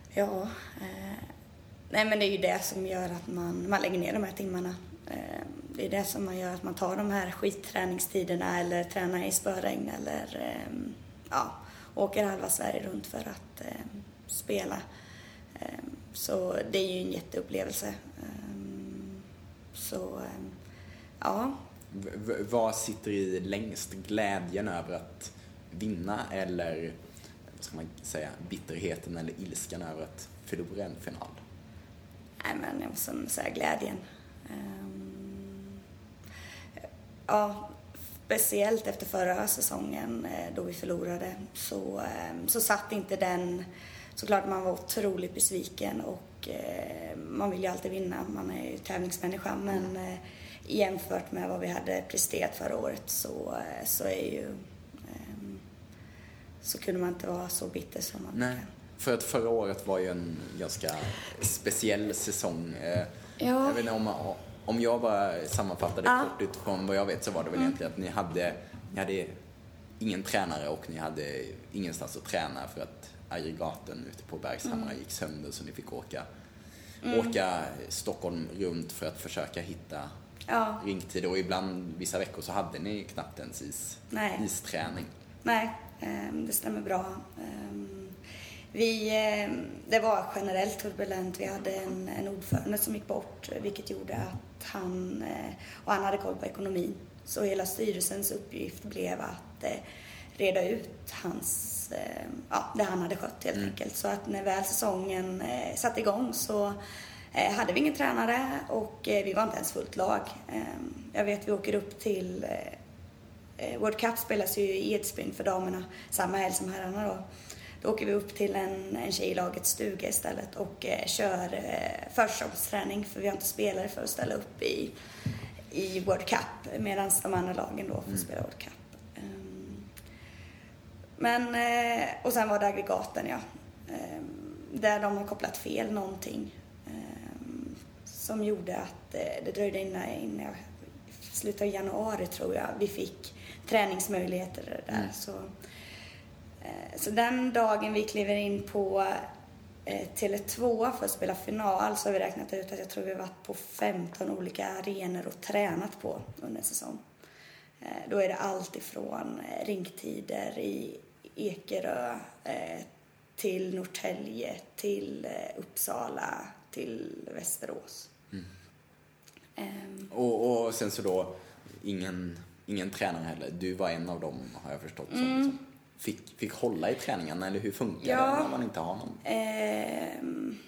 S5: Ja, eh, nej men det är ju det som gör att man, man lägger ner de här timmarna. Eh, det är det som man gör, att man tar de här skitträningstiderna eller tränar i spöregn eller um, ja, åker halva Sverige runt för att um, spela. Um, så det är ju en jätteupplevelse. Um, så um, ja.
S4: V- vad sitter i längst? Glädjen över att vinna eller vad ska man säga, bitterheten eller ilskan över att förlora en final?
S5: Nej, men jag måste säga glädjen. Um, ja, speciellt efter förra säsongen då vi förlorade så, um, så satt inte den. Såklart man var otroligt besviken och uh, man vill ju alltid vinna. Man är ju tävlingsmänniska, men mm. uh, jämfört med vad vi hade presterat förra året så, uh, så är ju um, så kunde man inte vara så bitter som man
S4: Nej.
S5: kan.
S4: För att förra året var ju en ganska speciell säsong.
S5: Ja.
S4: Jag vet inte om, om jag bara sammanfattade
S5: ja.
S4: kort utifrån vad jag vet så var det väl mm. egentligen att ni hade, ni hade ingen tränare och ni hade ingenstans att träna för att aggregaten ute på Bergshamra mm. gick sönder så ni fick åka, mm. åka Stockholm runt för att försöka hitta ja. ringtid och ibland vissa veckor så hade ni knappt ens is,
S5: Nej.
S4: isträning.
S5: Nej, det stämmer bra. Vi, det var generellt turbulent. Vi hade en, en ordförande som gick bort, vilket gjorde att han, och han hade koll på ekonomin. Så hela styrelsens uppgift blev att reda ut hans, ja, det han hade skött helt mm. enkelt. Så att när väl säsongen satte igång så hade vi ingen tränare och vi var inte ens fullt lag. Jag vet vi åker upp till World Cup spelas ju i Edsbyn för damerna samma helg som herrarna då. Då åker vi upp till en, en tjejlagets stuga istället och eh, kör eh, försäsongsträning för vi har inte spelare för att ställa upp i, i World Cup medan de andra lagen då får mm. spela World Cup. Um, men, eh, och sen var det aggregaten, ja. Um, där de har kopplat fel någonting um, som gjorde att eh, det dröjde innan, innan jag, slutet av januari tror jag, vi fick träningsmöjligheter där. Mm. Så Så den dagen vi kliver in på eh, Tele två för att spela final så har vi räknat ut att jag tror vi har varit på femton olika arenor och tränat på under en säsong. Eh, då är det allt ifrån eh, ringtider i Ekerö eh, till Norrtälje, till eh, Uppsala, till Västerås.
S4: Mm.
S5: Um,
S4: och, och sen så då ingen, ingen tränare heller. Du var en av dem har jag förstått som
S5: mm.
S4: liksom. Fick, fick hålla i träningen eller hur funkar
S5: ja,
S4: det när man inte har någon?
S5: Eh,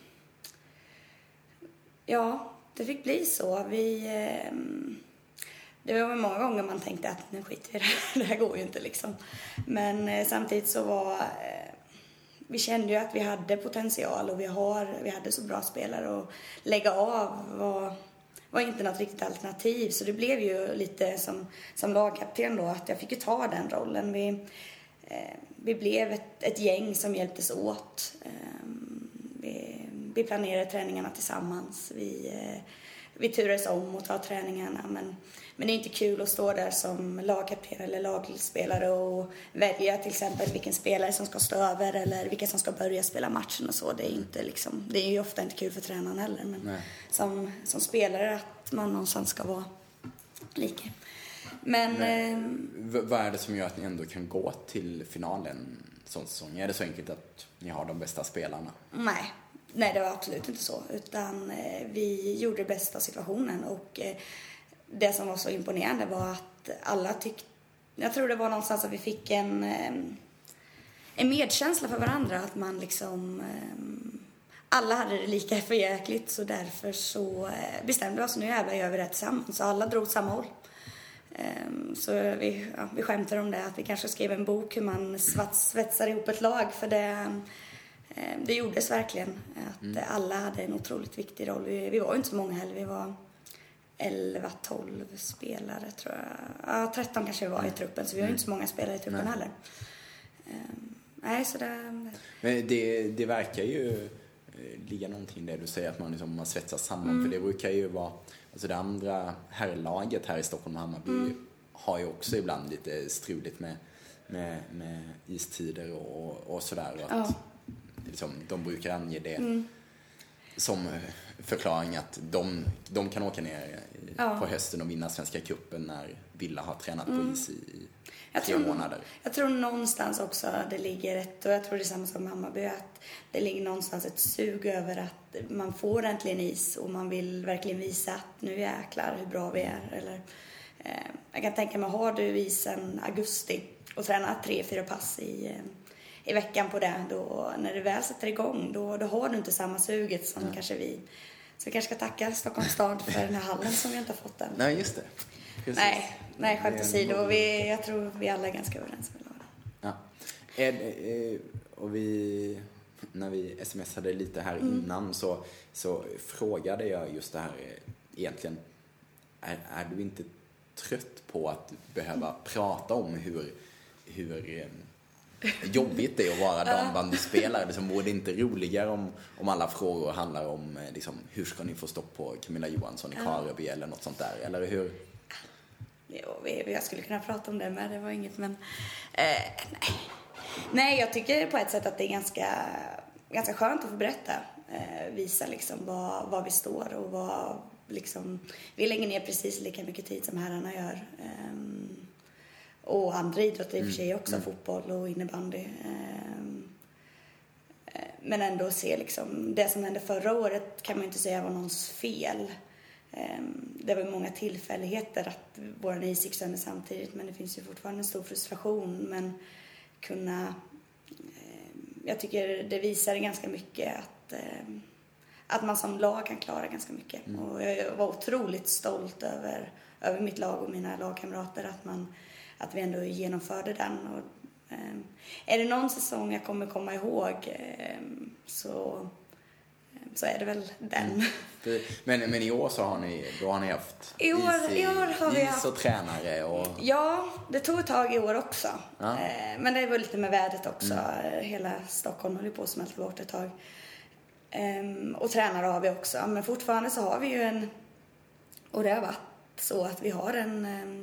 S5: ja, det fick bli så. Vi, eh, det var många gånger man tänkte att nu skiter vi i det, det här går ju inte liksom. Men eh, samtidigt så var eh, vi kände ju att vi hade potential och vi, har, vi hade så bra spelare och lägga av var, var inte något riktigt alternativ. Så det blev ju lite som, som lagkapten då att jag fick ju ta den rollen. Vi, Vi blev ett, ett gäng som hjälptes åt. Vi, vi planerade träningarna tillsammans. Vi, vi turades om att ta träningarna. Men, men det är inte kul att stå där som lagkapten eller lagspelare och välja till exempel vilken spelare som ska stå över eller vilka som ska börja spela matchen och så. Det är, inte liksom, det är ju ofta inte kul för tränaren heller. Men som, som spelare att man någonstans ska vara lika. Men,
S4: Men v- vad är det som gör att ni ändå kan gå till finalen sån säsong? Är det så enkelt att ni har de bästa spelarna?
S5: Nej, nej det var absolut inte så. Utan eh, vi gjorde det bästa av situationen. Och eh, det som var så imponerande var att alla tyckte... Jag tror det var någonstans att vi fick en, eh, en medkänsla för varandra. Att man liksom... Eh, alla hade det lika förjäkligt. Så därför så eh, bestämde vi oss, nu jävlar gör vi det tillsammans. Så alla drog samma håll. Så vi, ja, vi skämtar om det, att vi kanske skrev en bok hur man svetsar ihop ett lag, för det, det gjordes verkligen att mm. alla hade en otroligt viktig roll. Vi, vi var ju inte så många heller, vi var elva tolv spelare tror jag. Ja, tretton kanske vi var i truppen, så vi var ju inte så många spelare i truppen Nej. heller. Um, nej, så det...
S4: Men det, det verkar ju ligga någonting där du säger att man, liksom, man svetsas samman, mm. för det brukar ju vara... Alltså det andra herrlaget här i Stockholm och Hammarby mm. har ju också ibland lite struligt med, med, med istider och, och sådär. Och att
S5: ja.
S4: liksom, de brukar ange det
S5: mm.
S4: som förklaring att de, de kan åka ner
S5: ja.
S4: på hösten och vinna Svenska cupen när Villa har tränat mm. på is i
S5: jag
S4: tre
S5: tror,
S4: månader.
S5: Jag tror någonstans också det ligger ett, och jag tror det är samma som Hammarby, att det ligger någonstans ett sug över att man får äntligen is och man vill verkligen visa att nu jäklar hur bra vi är. Eller, eh, jag kan tänka mig, har du isen augusti och tränar tre, fyra pass i, eh, i veckan på det, då när du väl sätter igång, då, då har du inte samma suget som mm. kanske vi. Så vi kanske ska tacka Stockholms stad för den här hallen som vi inte har fått än.
S4: Nej, just det. Precis.
S5: Nej, nej, skämt åsido. Vi, jag tror vi alla är ganska överens med det.
S4: Ja. Ed, och vi, när vi smsade lite här mm. innan så, så frågade jag just det här egentligen. Är, är du inte trött på att behöva mm. prata om hur, hur jobbigt det är att vara dambandyspelare? Liksom, vore det inte roligare om, om alla frågor handlar om liksom, hur ska ni få stopp på Camilla Johansson i Kareby eller något sånt där? Eller hur?
S5: Jo, jag skulle kunna prata om det, men det var inget. Men eh, nej. nej, jag tycker på ett sätt att det är ganska, ganska skönt att få berätta. Eh, visa liksom vad, vad vi står och vad liksom, vi lägger ner precis lika mycket tid som herrarna gör. Eh, och andra idrotter i och för sig också, mm. fotboll och innebandy. Eh, men ändå se liksom, det som hände förra året kan man inte säga var någons fel. Det var många tillfälligheter att våran is gick sönder samtidigt, men det finns ju fortfarande en stor frustration. Men kunna, jag tycker det visar ganska mycket att, att man som lag kan klara ganska mycket. Mm. Och jag var otroligt stolt över, över mitt lag och mina lagkamrater att, man, att vi ändå genomförde den. Och, är det någon säsong jag kommer komma ihåg så... så är det väl den.
S4: Mm. Men, men i år så har ni, då har ni haft
S5: I år,
S4: is, i,
S5: i år har vi
S4: is
S5: haft,
S4: och tränare. Och...
S5: Ja, det tog ett tag i år också.
S4: Ja.
S5: Eh, men det var lite med vädret också. Mm. Hela Stockholm höll på att smälta bort ett tag. Eh, och tränare har vi också. Men fortfarande så har vi ju en... Och det har varit så att vi har en... Eh,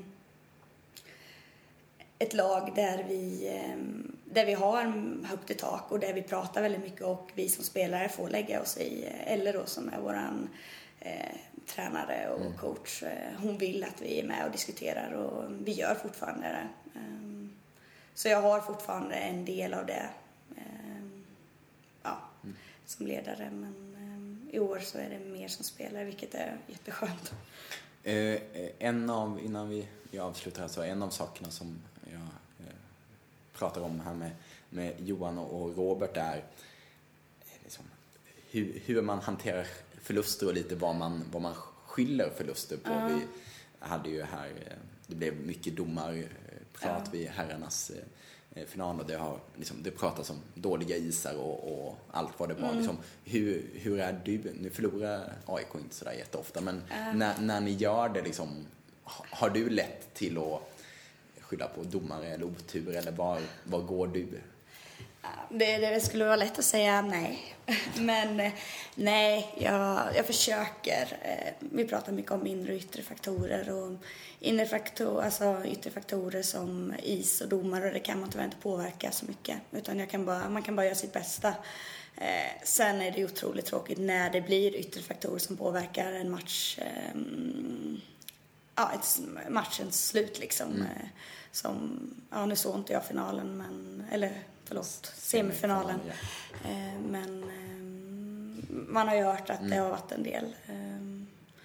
S5: ett lag där vi... Eh, där vi har högt i tak och där vi pratar väldigt mycket och vi som spelare får lägga oss i, eller då som är våran eh, tränare och mm. coach, eh, hon vill att vi är med och diskuterar och vi gör fortfarande det. Um, så jag har fortfarande en del av det um, ja, mm. som ledare, men um, i år så är det mer som spelare, vilket är jätteskönt.
S4: Eh, en av, innan vi jag avslutar här, så en av sakerna som jag pratar om här med, med Johan och Robert är liksom, hur, hur man hanterar förluster och lite vad man, vad man skyller förluster på. Uh. Vi hade ju här, det blev mycket domarprat uh. vid herrarnas eh, final och det, har, liksom, det pratas om dåliga isar och, och allt vad det var. Mm. Liksom, hur, hur är du, nu förlorar A I K inte sådär jätteofta, men uh. när, när ni gör det, liksom, har du lätt till att skylla på domare eller otur, eller var, var går du?
S5: Det, det skulle vara lätt att säga nej. Men nej, jag, jag försöker. Vi pratar mycket om inre och yttre faktorer. Och inre faktor, alltså yttre faktorer som is och domare, och det kan man tyvärr inte påverka så mycket. Utan jag kan bara, man kan bara göra sitt bästa. Eh, sen är det otroligt tråkigt när det blir yttre faktorer som påverkar en match. Eh, ja, ett, matchens slut liksom. Mm. Eh, som, ja, nu såg inte jag finalen, men, eller förlåt, semifinalen. Ja. Eh, men eh, man har ju hört att mm. det har varit en del. Eh,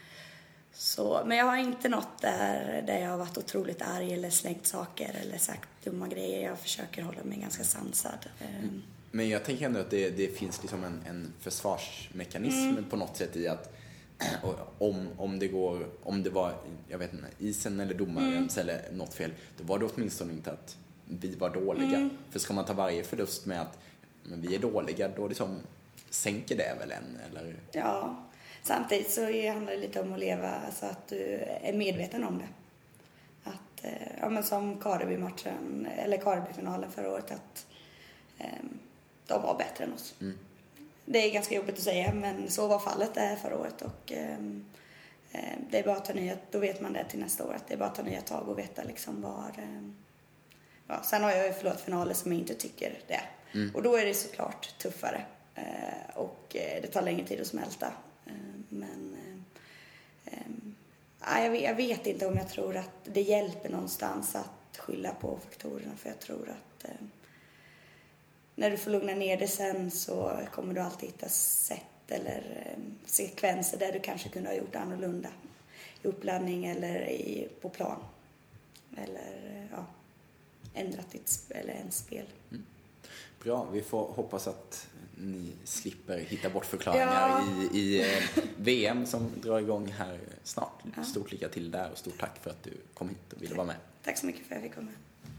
S5: så, men jag har inte något där, där jag har varit otroligt arg eller slängt saker eller sagt dumma grejer. Jag försöker hålla mig ganska sansad. Eh,
S4: mm. Men jag tänker ändå att det, det finns liksom en, en försvarsmekanism mm. på något sätt i att om, om det går, om det var, jag vet inte, isen eller domarens mm. eller något fel, då var det åtminstone inte att vi var dåliga. Mm. För ska man ta varje förlust med att men vi är dåliga, då liksom sänker det väl en, eller?
S5: Ja, samtidigt så handlar det lite om att leva så att du är medveten om det. Att, ja men som Kareby-matchen, eller Kareby-finalen förra året, att eh, de var bättre än oss. Mm. Det är ganska jobbigt att säga, men så var fallet där förra året. Och, eh, det är bara att ta nya, då vet man det till nästa år. Att det är bara att ta nya tag och veta liksom var... Eh, ja. Sen har jag ju förlorat finaler som jag inte tycker det. Mm. Och då är det såklart tuffare. Eh, och eh, det tar längre tid att smälta. Eh, men eh, eh, jag, vet, jag vet inte om jag tror att det hjälper någonstans att skylla på faktorerna. För jag tror att eh, när du får lugna ner det sen så kommer du alltid hitta sätt eller eh, sekvenser där du kanske kunde ha gjort annorlunda. I uppladdning eller i, på plan. Eller ja, ändrat ditt eller en spel.
S4: Mm. Bra, vi får hoppas att ni slipper hitta bort förklaringar
S5: ja.
S4: i, i eh, V M som drar igång här snart. Ja. Stort lycka till där och stort tack för att du kom hit och ville vara med.
S5: Tack så mycket för att jag fick komma.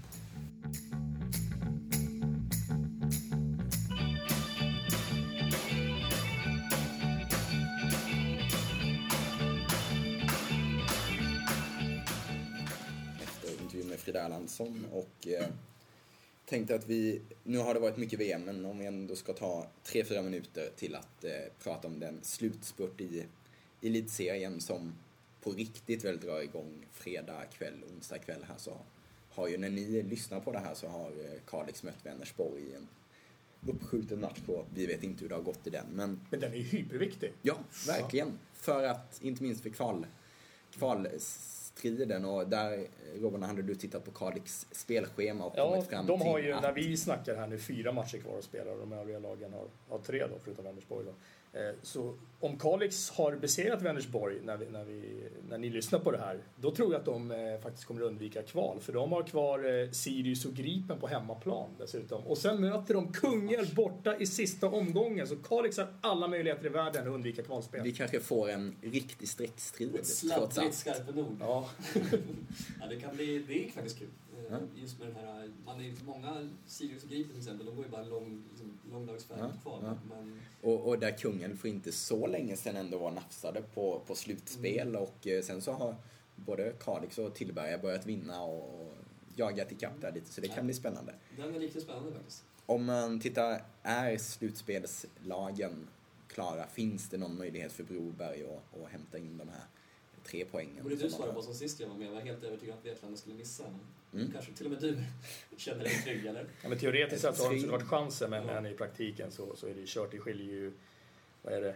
S4: Frida Erlandsson och eh, tänkte att vi, nu har det varit mycket V M, men om vi ändå ska ta tre fyra minuter till att eh, prata om den slutspurt i elitserien som på riktigt väl drar igång fredag kväll, onsdag kväll här, så har ju, när ni lyssnar på det här så har eh, Kalix mött Vänersborg i en uppskjuten match på, vi vet inte hur det har gått i den, men...
S3: Men den är ju hyperviktig.
S4: Ja, verkligen. Ja. För att, inte minst för kval, kval striden, och där, Robin, hade du tittat på Kalix spelschema och
S3: ja,
S4: kommit fram
S3: de
S4: till
S3: har ju,
S4: att...
S3: när vi snackar här nu, fyra matcher kvar att spela och de övriga lagen har, har tre då, förutom Vänersborg då. Eh, så om Kalix har besegrat Vänersborg när, vi, när, vi, när ni lyssnar på det här, då tror jag att de eh, faktiskt kommer att undvika kval, för de har kvar eh, Sirius och Gripen på hemmaplan dessutom, och sen möter de Kungälv borta i sista omgången, så Kalix har alla möjligheter i världen att undvika kvalspel.
S4: Vi kanske får en riktig streckstrid.
S2: Sladdrigt Skarpenord.
S3: Ja.
S2: Ja, det kan bli, det är faktiskt kul. Ja. Just med den här, man är många Sirius och Gripen till exempel, de går ju bara lång, liksom, långdagsfärd ja, kvar.
S4: Ja.
S2: Men...
S4: Och, och där Kungälv för inte så länge sedan ändå var nafsade på, på slutspel mm. och eh, sen så har både Kalix och Tillberga börjat vinna och jagat ikapp där lite, så det ja. kan bli spännande.
S2: Den är riktigt spännande faktiskt.
S4: Om man tittar, är slutspelslagen klara? Finns det någon möjlighet för Broberg att, att hämta in de här tre poängen?
S2: Borde du svara på som sist jag var med? Jag var helt övertygad att Vetlanda skulle missa. Mm. Kanske till och med du känner dig trygg, eller?
S3: Ja, men teoretiskt sett har det inte varit chansen, men, ja. men i praktiken så, så är det ju kört. Det skiljer ju, vad är det?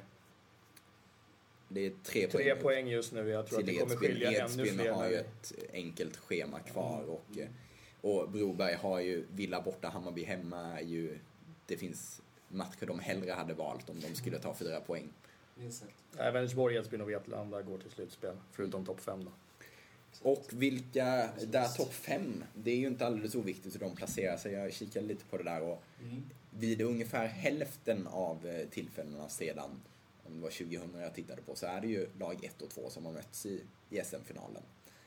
S4: Det är tre,
S3: tre poäng, poäng just nu. Jag tror att det kommer skilja ännu fler.
S4: Edsbyn har ju ett enkelt schema kvar mm. och, och Broberg har ju Villa borta, Hammarby hemma. Ju, det finns matcher de hellre hade valt om de skulle ta fyra poäng.
S3: Nej, Vänersborg, Edsbyn och Vetlanda går till slutspel, förutom topp fem då.
S4: Och vilka, där topp fem, det är ju inte alldeles oviktigt hur de placerar sig. Jag kikade lite på det där och mm. vid ungefär hälften av tillfällena sedan, om det var tjugohundra jag tittade på, så är det ju lag ett och två som har mötts i, i S M-finalen.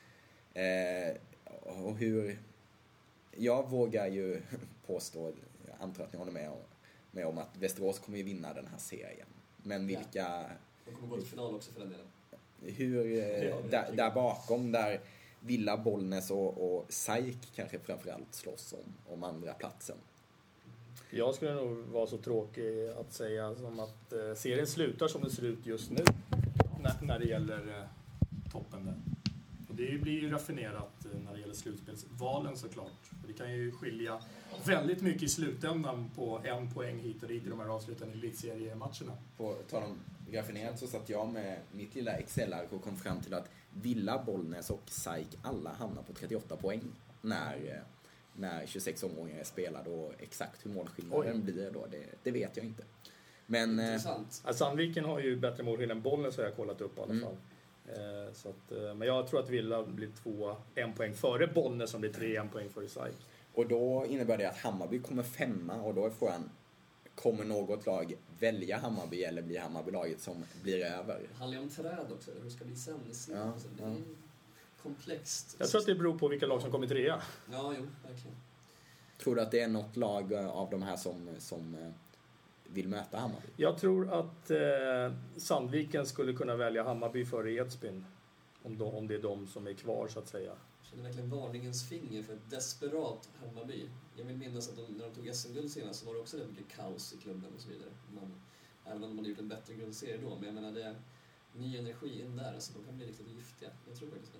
S4: Eh, och hur, jag vågar ju påstå, jag antar att ni håller med om, med om att Västerås kommer ju vinna den här serien. Men vilka... Ja.
S2: De kommer gå till final också för den delen.
S4: Hur, ja, där, där bakom, där Villa, Bollnäs och, och SAIK kanske framförallt slåss om, om andra platsen.
S3: Jag skulle nog vara så tråkig att säga som att eh, serien slutar som det ser ut just nu när, när det gäller eh, toppen där. Och det blir ju raffinerat eh, när det gäller slutspelsvalen såklart. För det kan ju skilja väldigt mycket i slutändan på en poäng hit och dit i de här avslutande elitseriematcherna.
S4: På tal om raffinerat så satt jag med mitt lilla Excel-ark och kom fram till att Villa, Bollnäs och SAIK alla hamnar på trettioåtta poäng när, när tjugosex omgångar är spelade, och exakt hur målskillnaden Oj. blir då, det, det vet jag inte. Men,
S2: intressant.
S3: Eh, Sandviken har ju bättre målskillnad än Bollnäs, har jag kollat upp i alla fall. Mm. Eh, så att, eh, men jag tror att Villa blir två, en poäng före Bollnäs som blir tre, en poäng före SAIK.
S4: Och då innebär det att Hammarby kommer femma, och då är frågan, kommer något lag välja Hammarby eller blir Hammarby-laget som blir över?
S2: Det handlar om träd också, hur det ska bli sen i sin.
S4: Ja,
S2: det är
S4: ja.
S2: komplext.
S3: Jag tror att det beror på vilka lag som kommer trea.
S2: Ja, jo, verkligen.
S4: Tror du att det är något lag av de här som, som vill möta Hammarby?
S3: Jag tror att eh, Sandviken skulle kunna välja Hammarby före Edsbyn. Om, de, om det är de som är kvar så att säga.
S2: Jag känner verkligen varningens finger för ett desperat Hammarby. Jag vill minnas att de, när de tog S M-guld senast så var det också rätt mycket kaos i klubben och så vidare. Man, även om de hade gjort en bättre grundserie då. Men jag menar, det är ny energi in där. Alltså, de kan bli riktigt giftiga. Jag tror faktiskt det.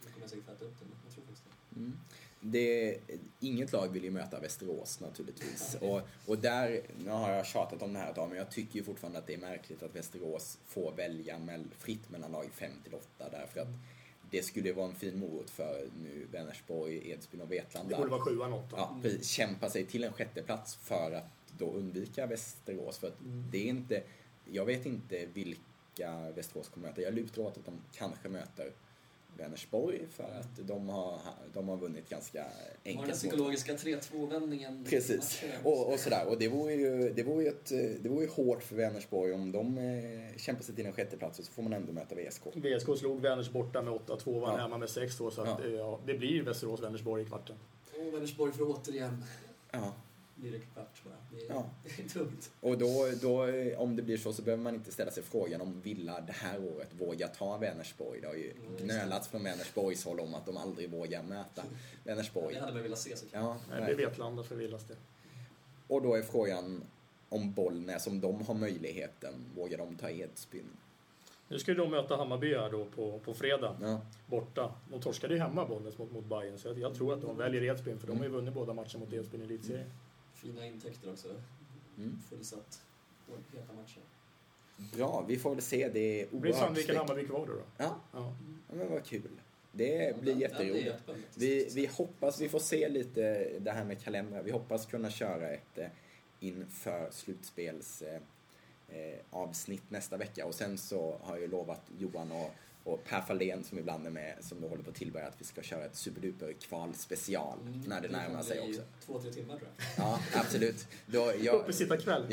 S2: Jag kommer säkert äta upp det, men jag tror faktiskt det.
S4: Mm. Det, inget lag vill ju möta Västerås naturligtvis. och, och där, nu har jag tjatat om det här ett tag, men jag tycker ju fortfarande att det är märkligt att Västerås får välja mell, fritt mellan lag fem till åtta, därför att det skulle vara en fin morot för nu Vänersborg, Edsbyn och Vetlanda.
S3: Det borde vara sjuan, åtta.
S4: Ja, precis, kämpa sig till en sjätte plats för att då undvika Västerås. För att mm. det är inte, jag vet inte vilka Västerås kommer möta. Jag lutar åt att de kanske möter Vänersborg för att de har, de har vunnit ganska enkelt.
S2: Har den psykologiska tre två-vändningen.
S4: Precis, och, och sådär. Och det vore ju, det vore ju, ett, det vore ju hårt för Vänersborg om de eh, kämpar sig till en sjätte plats, och så får man ändå möta V S K.
S3: V S K slog Vänners borta med åtta två, var ja. hemma med sex två, så att,
S4: ja.
S3: Ja, det blir ju Västerås-Vänersborg i kvarten.
S2: Och Vänersborg för återigen.
S4: Ja.
S2: Blir det kvart bara. Det är,
S4: ja.
S2: det är tungt.
S4: Och då, då, om det blir så, så behöver man inte ställa sig frågan om Villa det här året vågar ta Vänersborg. Det har ju mm, gnölats från Vänersborgs håll om att de aldrig vågar möta Vänersborg.
S2: Ja, det hade man velat se såklart.
S4: Ja,
S3: Nej, det vet landet för Villas det.
S4: Och då är frågan om Bollnäs, om de har möjligheten, vågar de ta Edsbyn?
S3: Nu ska de möta Hammarby här då på, på fredag,
S4: ja.
S3: borta. De torskade ju hemma Bollnäs mot, mot Bayern, så jag, jag tror att de väljer Edsbyn, för de har ju vunnit båda matcher mot Edsbyn i elitserien.
S2: Fina intäkter också.
S4: Mm.
S2: Fullsatt. De heta matcher.
S4: Bra, vi får väl se. Det är oerhört.
S3: Blir Sandviken Hammarby kvar då? då?
S4: Ja.
S3: Ja.
S4: Ja, men vad kul. Det
S2: ja,
S4: blir
S2: det,
S4: jätteroligt.
S2: Det är
S4: vi, vi hoppas, vi får se lite det här med kalendrar. Vi hoppas kunna köra ett eh, inför slutspels eh, eh, avsnitt nästa vecka. Och sen så har jag lovat Johan och, och Per Fahlén som ibland är med, som då håller på att tillbörja, att vi ska köra ett superduper kval special mm, när det, det närmar sig också.
S2: Två, tre timmar tror jag.
S4: Ja, absolut. Då, jag,
S3: Uppe sitta kväll.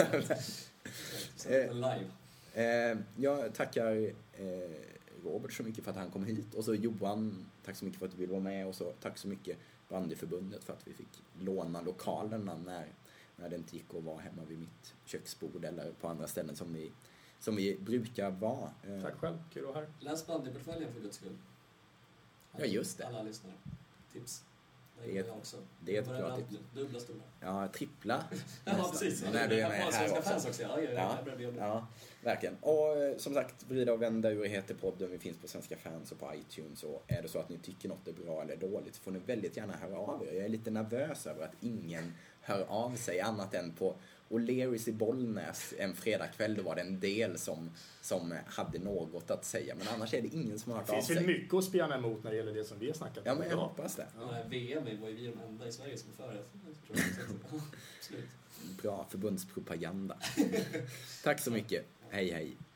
S2: Live.
S4: Eh, jag tackar eh, Robert så mycket för att han kom hit. Och så Johan, tack så mycket för att du ville vara med. Och så tack så mycket Bandyförbundet för att vi fick låna lokalerna när, när det inte gick att vara hemma vid mitt köksbord eller på andra ställen som vi, som vi brukar vara.
S3: Eh. Tack själv, kul att vara här.
S2: Läs bandyportföljen för guds skull.
S4: Ja, just det.
S2: Alla lyssnare. Tips.
S4: Det är ett,
S2: också.
S4: Det är ett bra tips.
S2: Dubbla stora.
S4: Ja, trippla.
S2: Ja, precis.
S4: När du är med här också.
S2: också. Ja, ja,
S4: ja, ja, ja, verkligen. Och eh, som sagt, Vrida och vända ur heter podden. Vi finns på Svenska Fans och på iTunes. Och är det så att ni tycker något är bra eller dåligt så får ni väldigt gärna höra av er. Jag är lite nervös över att ingen hör av sig annat än på O'Learys i Bollnäs en fredagkväll. Då var det en del som, som hade något att säga. Men annars är det ingen som har hört av sig.
S3: Det finns väl mycket att spjärna emot när det gäller det som vi har snackat om.
S4: Ja, men jag hoppas det.
S2: Ja. V M var ju vi de enda i Sverige som är för det. Absolut.
S4: Bra förbundspropaganda. Tack så mycket. Hej, hej.